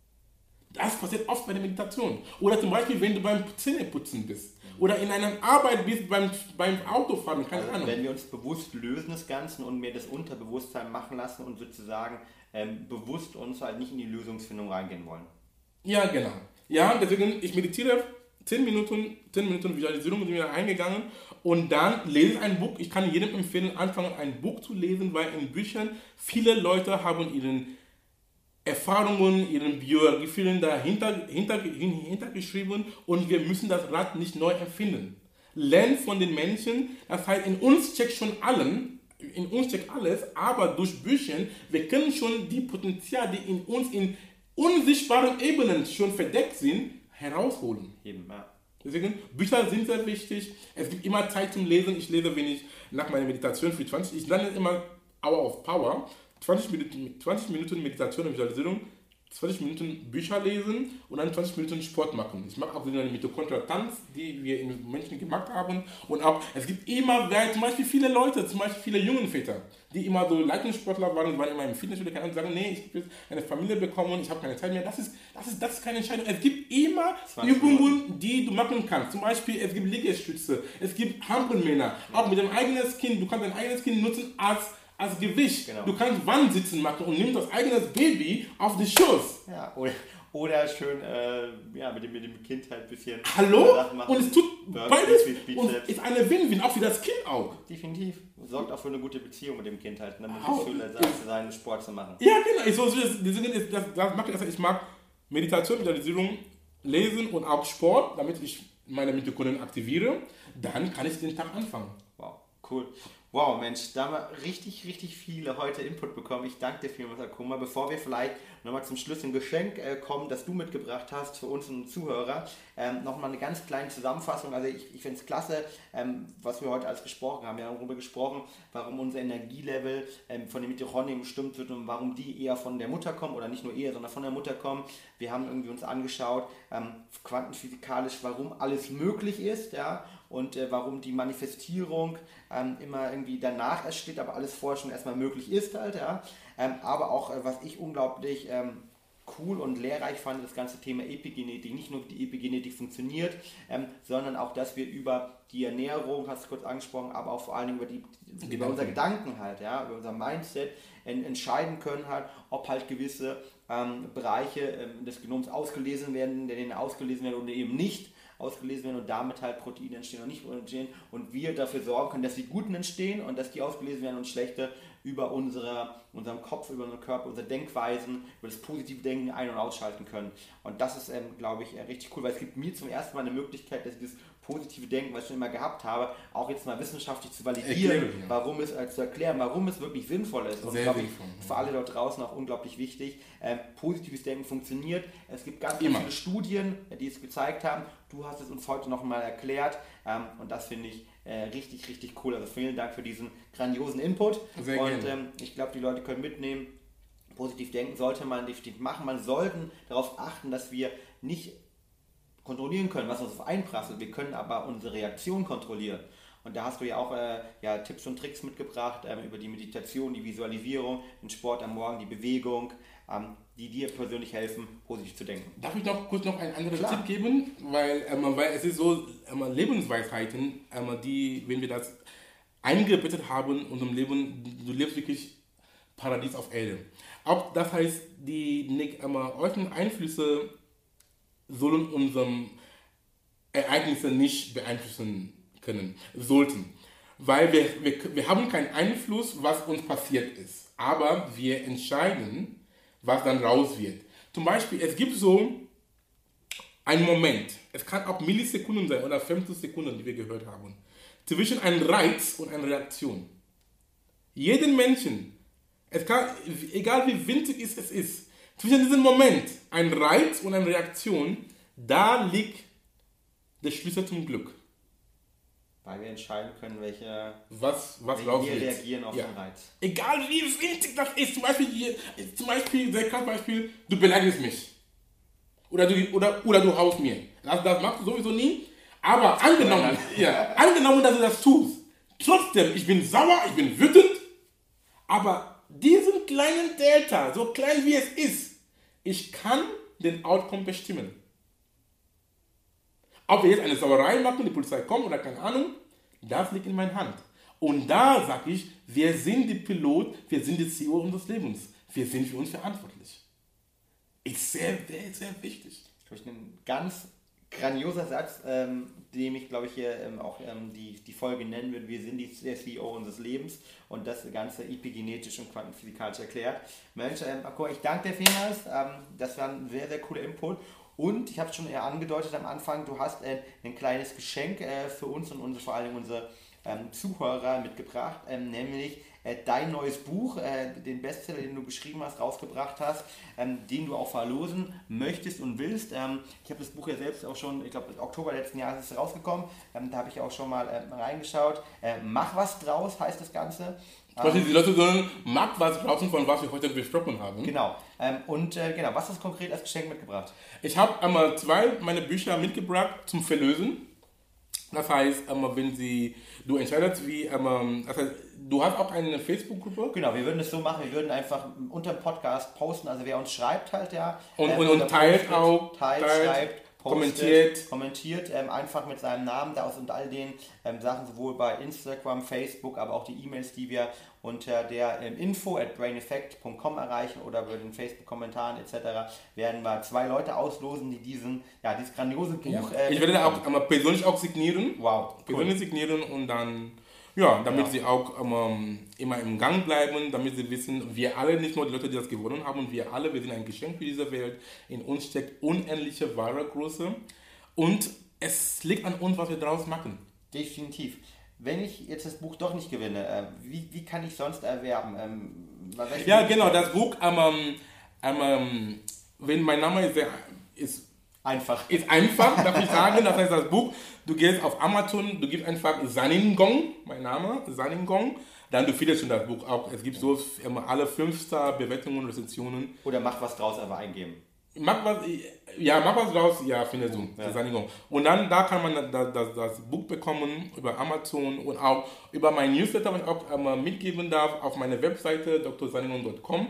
Das passiert oft bei der Meditation. Oder zum Beispiel, wenn du beim Zähneputzen bist. Oder in einer Arbeit bist, beim, beim Autofahren, keine also, Ahnung. Wenn wir uns bewusst lösen des Ganzen und mehr das Unterbewusstsein machen lassen und sozusagen ähm, bewusst uns halt nicht in die Lösungsfindung reingehen wollen. Ja, genau. Ja, deswegen, ich meditiere zehn Minuten, zehn Minuten Visualisierung sind wir eingegangen und dann lese ich ein Buch. Ich kann jedem empfehlen, anfangen ein Buch zu lesen, weil in Büchern viele Leute haben ihren Erfahrungen, ihren Biografien dahinter hinter, hintergeschrieben und wir müssen das Rad nicht neu erfinden. Lernen von den Menschen, das heißt, in uns steckt schon allen, in uns steckt alles, aber durch Bücher, wir können schon die Potenziale, die in uns in unsichtbaren Ebenen schon verdeckt sind, herausholen. Eben, ja. Deswegen, Bücher sind sehr wichtig. Es gibt immer Zeit zum Lesen. Ich lese, wenn ich nach meiner Meditation für zwanzig, ich lerne immer Hour of Power, zwanzig Minuten, zwanzig Minuten Meditation und Visualisierung, zwanzig Minuten Bücher lesen und dann zwanzig Minuten Sport machen. Ich mache auch eine Mitochondria-Tanz, die wir in Menschen gemacht haben. Und auch, es gibt immer, zum Beispiel viele Leute, zum Beispiel viele junge Väter, die immer so Leistungssportler waren, waren immer im Fitnessstudio und sagen, nee, ich will eine Familie bekommen, ich habe keine Zeit mehr. Das ist, das ist, das ist keine Entscheidung. Es gibt immer Übungen, die du machen kannst. Zum Beispiel, es gibt Liegestütze, es gibt Hampelmänner. Auch mit deinem eigenen Kind, du kannst dein eigenes Kind nutzen als als Gewicht. Genau. Du kannst Wandsitzen machen und nimmst das eigene Baby auf den Schoß. Ja, oder, oder schön äh, ja, mit, dem, mit dem Kind halt ein bisschen... Hallo? Und es tut beides und ist eine Win-Win, auch für das Kind auch. Definitiv. Sorgt auch für eine gute Beziehung mit dem Kind halt, damit es das Gefühl hat, seinen Sport zu machen. Ja, genau. Ich, so, deswegen ist, das, das mache ich, also ich mag Meditation, Visualisierung, Lesen und auch Sport, damit ich meine Mitochondrien aktiviere. Dann kann ich den Tag anfangen. Wow, cool. Wow, Mensch, da haben wir richtig, richtig viele heute Input bekommen. Ich danke dir vielmals, Akuma. Bevor wir vielleicht nochmal zum Schluss ein Geschenk äh, kommen, das du mitgebracht hast für uns und Zuhörer, ähm, nochmal eine ganz kleine Zusammenfassung. Also ich, ich finde es klasse, ähm, was wir heute alles gesprochen haben. Wir haben darüber gesprochen, warum unser Energielevel ähm, von den Mitochondrien bestimmt wird und warum die eher von der Mutter kommen oder nicht nur eher, sondern von der Mutter kommen. Wir haben irgendwie uns angeschaut, ähm, quantenphysikalisch, warum alles möglich ist, ja, und äh, warum die Manifestierung ähm, immer irgendwie danach erst steht, aber alles vorher schon erstmal möglich ist halt, ja. Ähm, aber auch, äh, was ich unglaublich ähm, cool und lehrreich fand, das ganze Thema Epigenetik. Nicht nur die Epigenetik funktioniert, ähm, sondern auch, dass wir über die Ernährung, hast du kurz angesprochen, aber auch vor allem über, die, über unsere Gedanken halt, ja, über unser Mindset en- entscheiden können halt, ob halt gewisse ähm, Bereiche ähm, des Genoms ausgelesen werden, denen ausgelesen werden oder eben nicht ausgelesen werden und damit halt Proteine entstehen und nicht entstehen und wir dafür sorgen können, dass die guten entstehen und dass die ausgelesen werden und schlechte über unsere, unseren Kopf, über unseren Körper, unsere Denkweisen, über das positive Denken ein- und ausschalten können. Und das ist, ähm, glaube ich, richtig cool, weil es gibt mir zum ersten Mal eine Möglichkeit, dass ich das positive Denken, was ich schon immer gehabt habe, auch jetzt mal wissenschaftlich zu validieren, Erklärung, ja. warum es, äh, zu erklären, warum es wirklich sinnvoll ist. Und glaube ich, für alle dort draußen auch unglaublich wichtig. Ähm, positives Denken funktioniert. Es gibt ganz, ganz viele Studien, die es gezeigt haben. Du hast es uns heute nochmal erklärt ähm, und das finde ich äh, richtig, richtig cool. Also vielen Dank für diesen grandiosen Input. Sehr und ähm, ich glaube, die Leute können mitnehmen, positiv denken sollte man definitiv machen. Man sollte darauf achten, dass wir nicht kontrollieren können, was uns einprasselt. Wir können aber unsere Reaktion kontrollieren. Und da hast du ja auch äh, ja, Tipps und Tricks mitgebracht ähm, über die Meditation, die Visualisierung, den Sport am Morgen, die Bewegung, ähm, die dir persönlich helfen, positiv zu denken. Darf ich noch kurz noch einen anderen Klar. Tipp geben? Weil, ähm, weil es ist so, ähm, Lebensweisheiten, ähm, die, wenn wir das eingebettet haben in unserem Leben, du lebst wirklich Paradies auf Erde. Auch das heißt, die ähm, äußeren Einflüsse sollen unsere Ereignisse nicht beeinflussen können, sollten. Weil wir, wir, wir haben keinen Einfluss, was uns passiert ist. Aber wir entscheiden, was dann raus wird. Zum Beispiel, es gibt so einen Moment, es kann auch Millisekunden sein oder fünfzig Sekunden, die wir gehört haben, zwischen einem Reiz und einer Reaktion. Jeden Menschen, es kann, egal wie winzig es ist, zwischen diesem Moment, ein Reiz und eine Reaktion, da liegt der Schlüssel zum Glück. Weil wir entscheiden können, welche Was, was wie raus wir wird. reagieren auf Ja. den Reiz. Egal wie wichtig das ist, zum Beispiel, hier, zum Beispiel, sehr krasses Beispiel, du beleidigst mich. Oder du, oder, oder du haust mir. Das, das machst du sowieso nie. Aber angenommen, ja, angenommen, dass du das tust. Trotzdem, ich bin sauer, ich bin wütend. Aber diesen kleinen Delta, so klein wie es ist, ich kann den Outcome bestimmen. Ob wir jetzt eine Sauerei machen, die Polizei kommt oder keine Ahnung, das liegt in meiner Hand. Und da sage ich, wir sind die Pilot, wir sind die C E O unseres Lebens. Wir sind für uns verantwortlich. Ist sehr, sehr, sehr wichtig. Das ist ein ganz grandioser Satz, ähm, dem ich, glaube ich, hier ähm, auch ähm, die, die Folge nennen würde. Wir sind die, der C E O unseres Lebens und das Ganze epigenetisch und quantenphysikalisch erklärt. Mensch, ähm, Akko, ich danke dir vielmals. Ähm, das war ein sehr, sehr cooler Input. Und ich habe es schon eher angedeutet am Anfang, du hast äh, ein kleines Geschenk äh, für uns und unsere, vor allem unsere ähm, Zuhörer mitgebracht, ähm, nämlich äh, dein neues Buch, äh, den Bestseller, den du geschrieben hast, rausgebracht hast, ähm, den du auch verlosen möchtest und willst. Ähm, ich habe das Buch ja selbst auch schon, ich glaube im Oktober letzten Jahres ist es rausgekommen, ähm, da habe ich auch schon mal äh, reingeschaut. Äh, Mach was draus heißt das Ganze. Was die Leute sollen, mag was draußen, von was wir heute besprochen haben. Genau. Ähm, und äh, genau, was hast du konkret als Geschenk mitgebracht? Ich habe einmal zwei meiner Bücher mitgebracht zum Verlösen. Das heißt, einmal, wenn sie, du entscheidest, wie, einmal, das heißt, du hast auch eine Facebook-Gruppe. Genau, wir würden es so machen, wir würden einfach unter dem Podcast posten, also wer uns schreibt halt, ja. Und, äh, und, und teilt postet, auch, teilt, teilt, schreibt, postet, kommentiert. kommentiert ähm, einfach mit seinem Namen da aus und all den ähm, Sachen, sowohl bei Instagram, Facebook, aber auch die E-Mails, die wir unter der ähm, info at braineffect punkt com erreichen oder über den Facebook-Kommentaren et cetera werden wir zwei Leute auslosen, die diesen, ja, dieses grandiose Buch... Ja. Äh, Ich werde da auch einmal persönlich auch signieren. Wow, cool. Persönlich signieren und dann, ja, damit Ja. sie auch ähm, immer im Gang bleiben, damit sie wissen, wir alle, nicht nur die Leute, die das gewonnen haben, wir alle, wir sind ein Geschenk für diese Welt. In uns steckt unendliche wahre Größe und es liegt an uns, was wir daraus machen. Definitiv. Wenn ich jetzt das Buch doch nicht gewinne, äh, wie, wie kann ich sonst erwerben? Ähm, bei welchen Ja, genau, Möglichkeiten? das Buch, ähm, ähm, wenn mein Name ist, sehr- ist, Einfach. ist einfach, darf ich sagen, das heißt das Buch, du gehst auf Amazon, du gibst einfach Saningong, mein Name, Saningong, dann du findest schon das Buch auch, es gibt so ähm, alle fünf-Star-Bewertungen, Rezensionen. Oder mach was draus, einfach eingeben. Mach was, ja, mach was draus, ja, findest du, Ja. Saningong. Und dann, da kann man das, das, das Buch bekommen über Amazon und auch über mein Newsletter, was ich auch ähm, mitgeben darf, auf meiner Webseite d r saningong punkt com.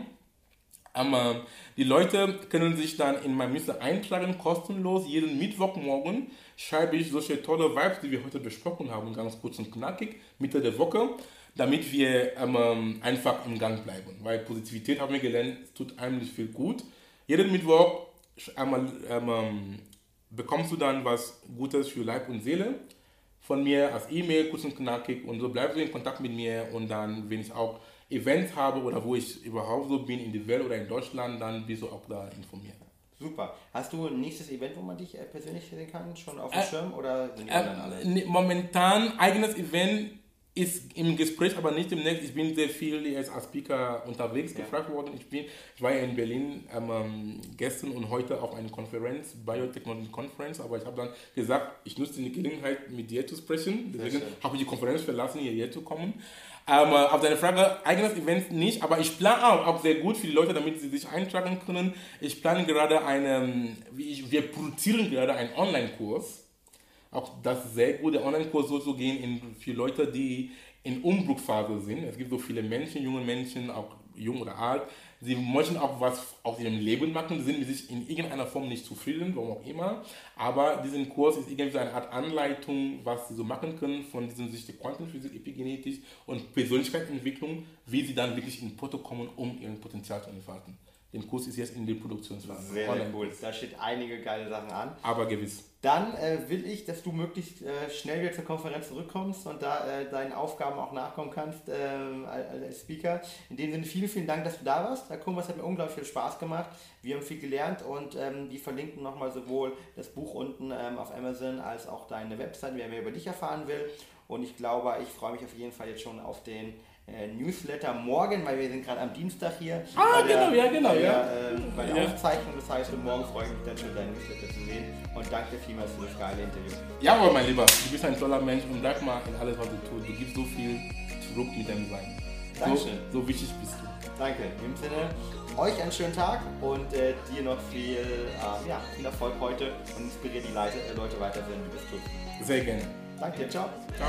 Aber die Leute können sich dann in meinem Newsletter eintragen, kostenlos. Jeden Mittwochmorgen schreibe ich solche tolle Vibes, die wir heute besprochen haben, ganz kurz und knackig, Mitte der Woche, damit wir ähm, einfach im Gang bleiben. Weil Positivität, haben wir gelernt, tut eigentlich viel gut. Jeden Mittwoch einmal, ähm, bekommst du dann was Gutes für Leib und Seele von mir als E-Mail, kurz und knackig. Und so bleibst du in Kontakt mit mir und dann, wenn ich auch Events habe oder wo ich überhaupt so bin in der Welt oder in Deutschland, dann bist du auch da informiert. Super. Hast du ein nächstes Event, wo man dich äh, persönlich sehen kann, schon auf dem Äh, Schirm oder sind die Ähm, anderen alle? ne- momentan eigenes Event ist im Gespräch, aber nicht demnächst. Ich bin sehr viel jetzt als Speaker unterwegs, Ja. gefragt worden. Ich, bin, ich war ja in Berlin ähm, gestern und heute auf einer Konferenz, Biotechnology Conference, aber ich habe dann gesagt, ich nutze die Gelegenheit, mit dir zu sprechen. Deswegen schön. habe ich die Konferenz verlassen, hierher zu kommen. Ähm, auf deine Frage, eigenes Event nicht, aber ich plane auch, auch sehr gut für die Leute, damit sie sich eintragen können. Ich plane gerade einen, wie ich, wir produzieren gerade einen Online-Kurs. Auch das ist sehr gut, der Online-Kurs soll so gehen in, für Leute, die in Umbruchphase sind. Es gibt so viele Menschen, junge Menschen, auch jung oder alt, sie möchten auch was aus ihrem Leben machen, sie sind mit sich in irgendeiner Form nicht zufrieden, warum auch immer. Aber diesen Kurs ist irgendwie so eine Art Anleitung, was sie so machen können von diesem Sicht der Quantenphysik, Epigenetik und Persönlichkeitsentwicklung, wie sie dann wirklich in Porto kommen, um ihr Potenzial zu entfalten. Der Kurs ist jetzt in der Produktionsphase. Sehr, sehr Online. cool. Da steht einige geile Sachen an. Aber gewiss. Dann äh, will ich, dass du möglichst äh, schnell wieder zur Konferenz zurückkommst und da äh, deinen Aufgaben auch nachkommen kannst äh, als, als Speaker. In dem Sinne vielen, vielen Dank, dass du da warst. Herr Kumbers, hat mir unglaublich viel Spaß gemacht. Wir haben viel gelernt und ähm, die verlinken nochmal sowohl das Buch unten ähm, auf Amazon als auch deine Website, wer mehr über dich erfahren will. Und ich glaube, ich freue mich auf jeden Fall jetzt schon auf den äh, Newsletter morgen, weil wir sind gerade am Dienstag hier. Ah, bei genau, der, ja, genau, bei der, ja. Äh, bei der Ja. Aufzeichnung. Das heißt, morgen freue ich mich dann schon, dein Newsletter zu sehen. Und danke dir vielmals für das geile Interview. Ja, aber mein Lieber, du bist ein toller Mensch und bleib mal in alles, was du tust. Du gibst so viel zurück mit deinem Sein. Dankeschön. So, so wichtig bist du. Danke. In dem Sinne, euch einen schönen Tag und äh, dir noch viel, äh, ja, viel Erfolg heute und inspiriere die Leute, äh, Leute weiterhin, wie du es tust. Sehr gerne. Danke dir, ciao. Ciao.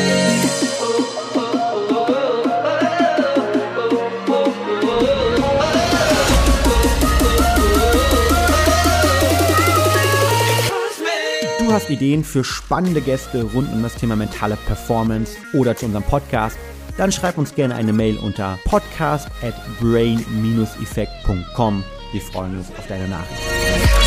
Du hast Ideen für spannende Gäste rund um das Thema mentale Performance oder zu unserem Podcast? Dann schreib uns gerne eine Mail unter podcast at brain effect punkt com. Wir freuen uns auf deine Nachricht.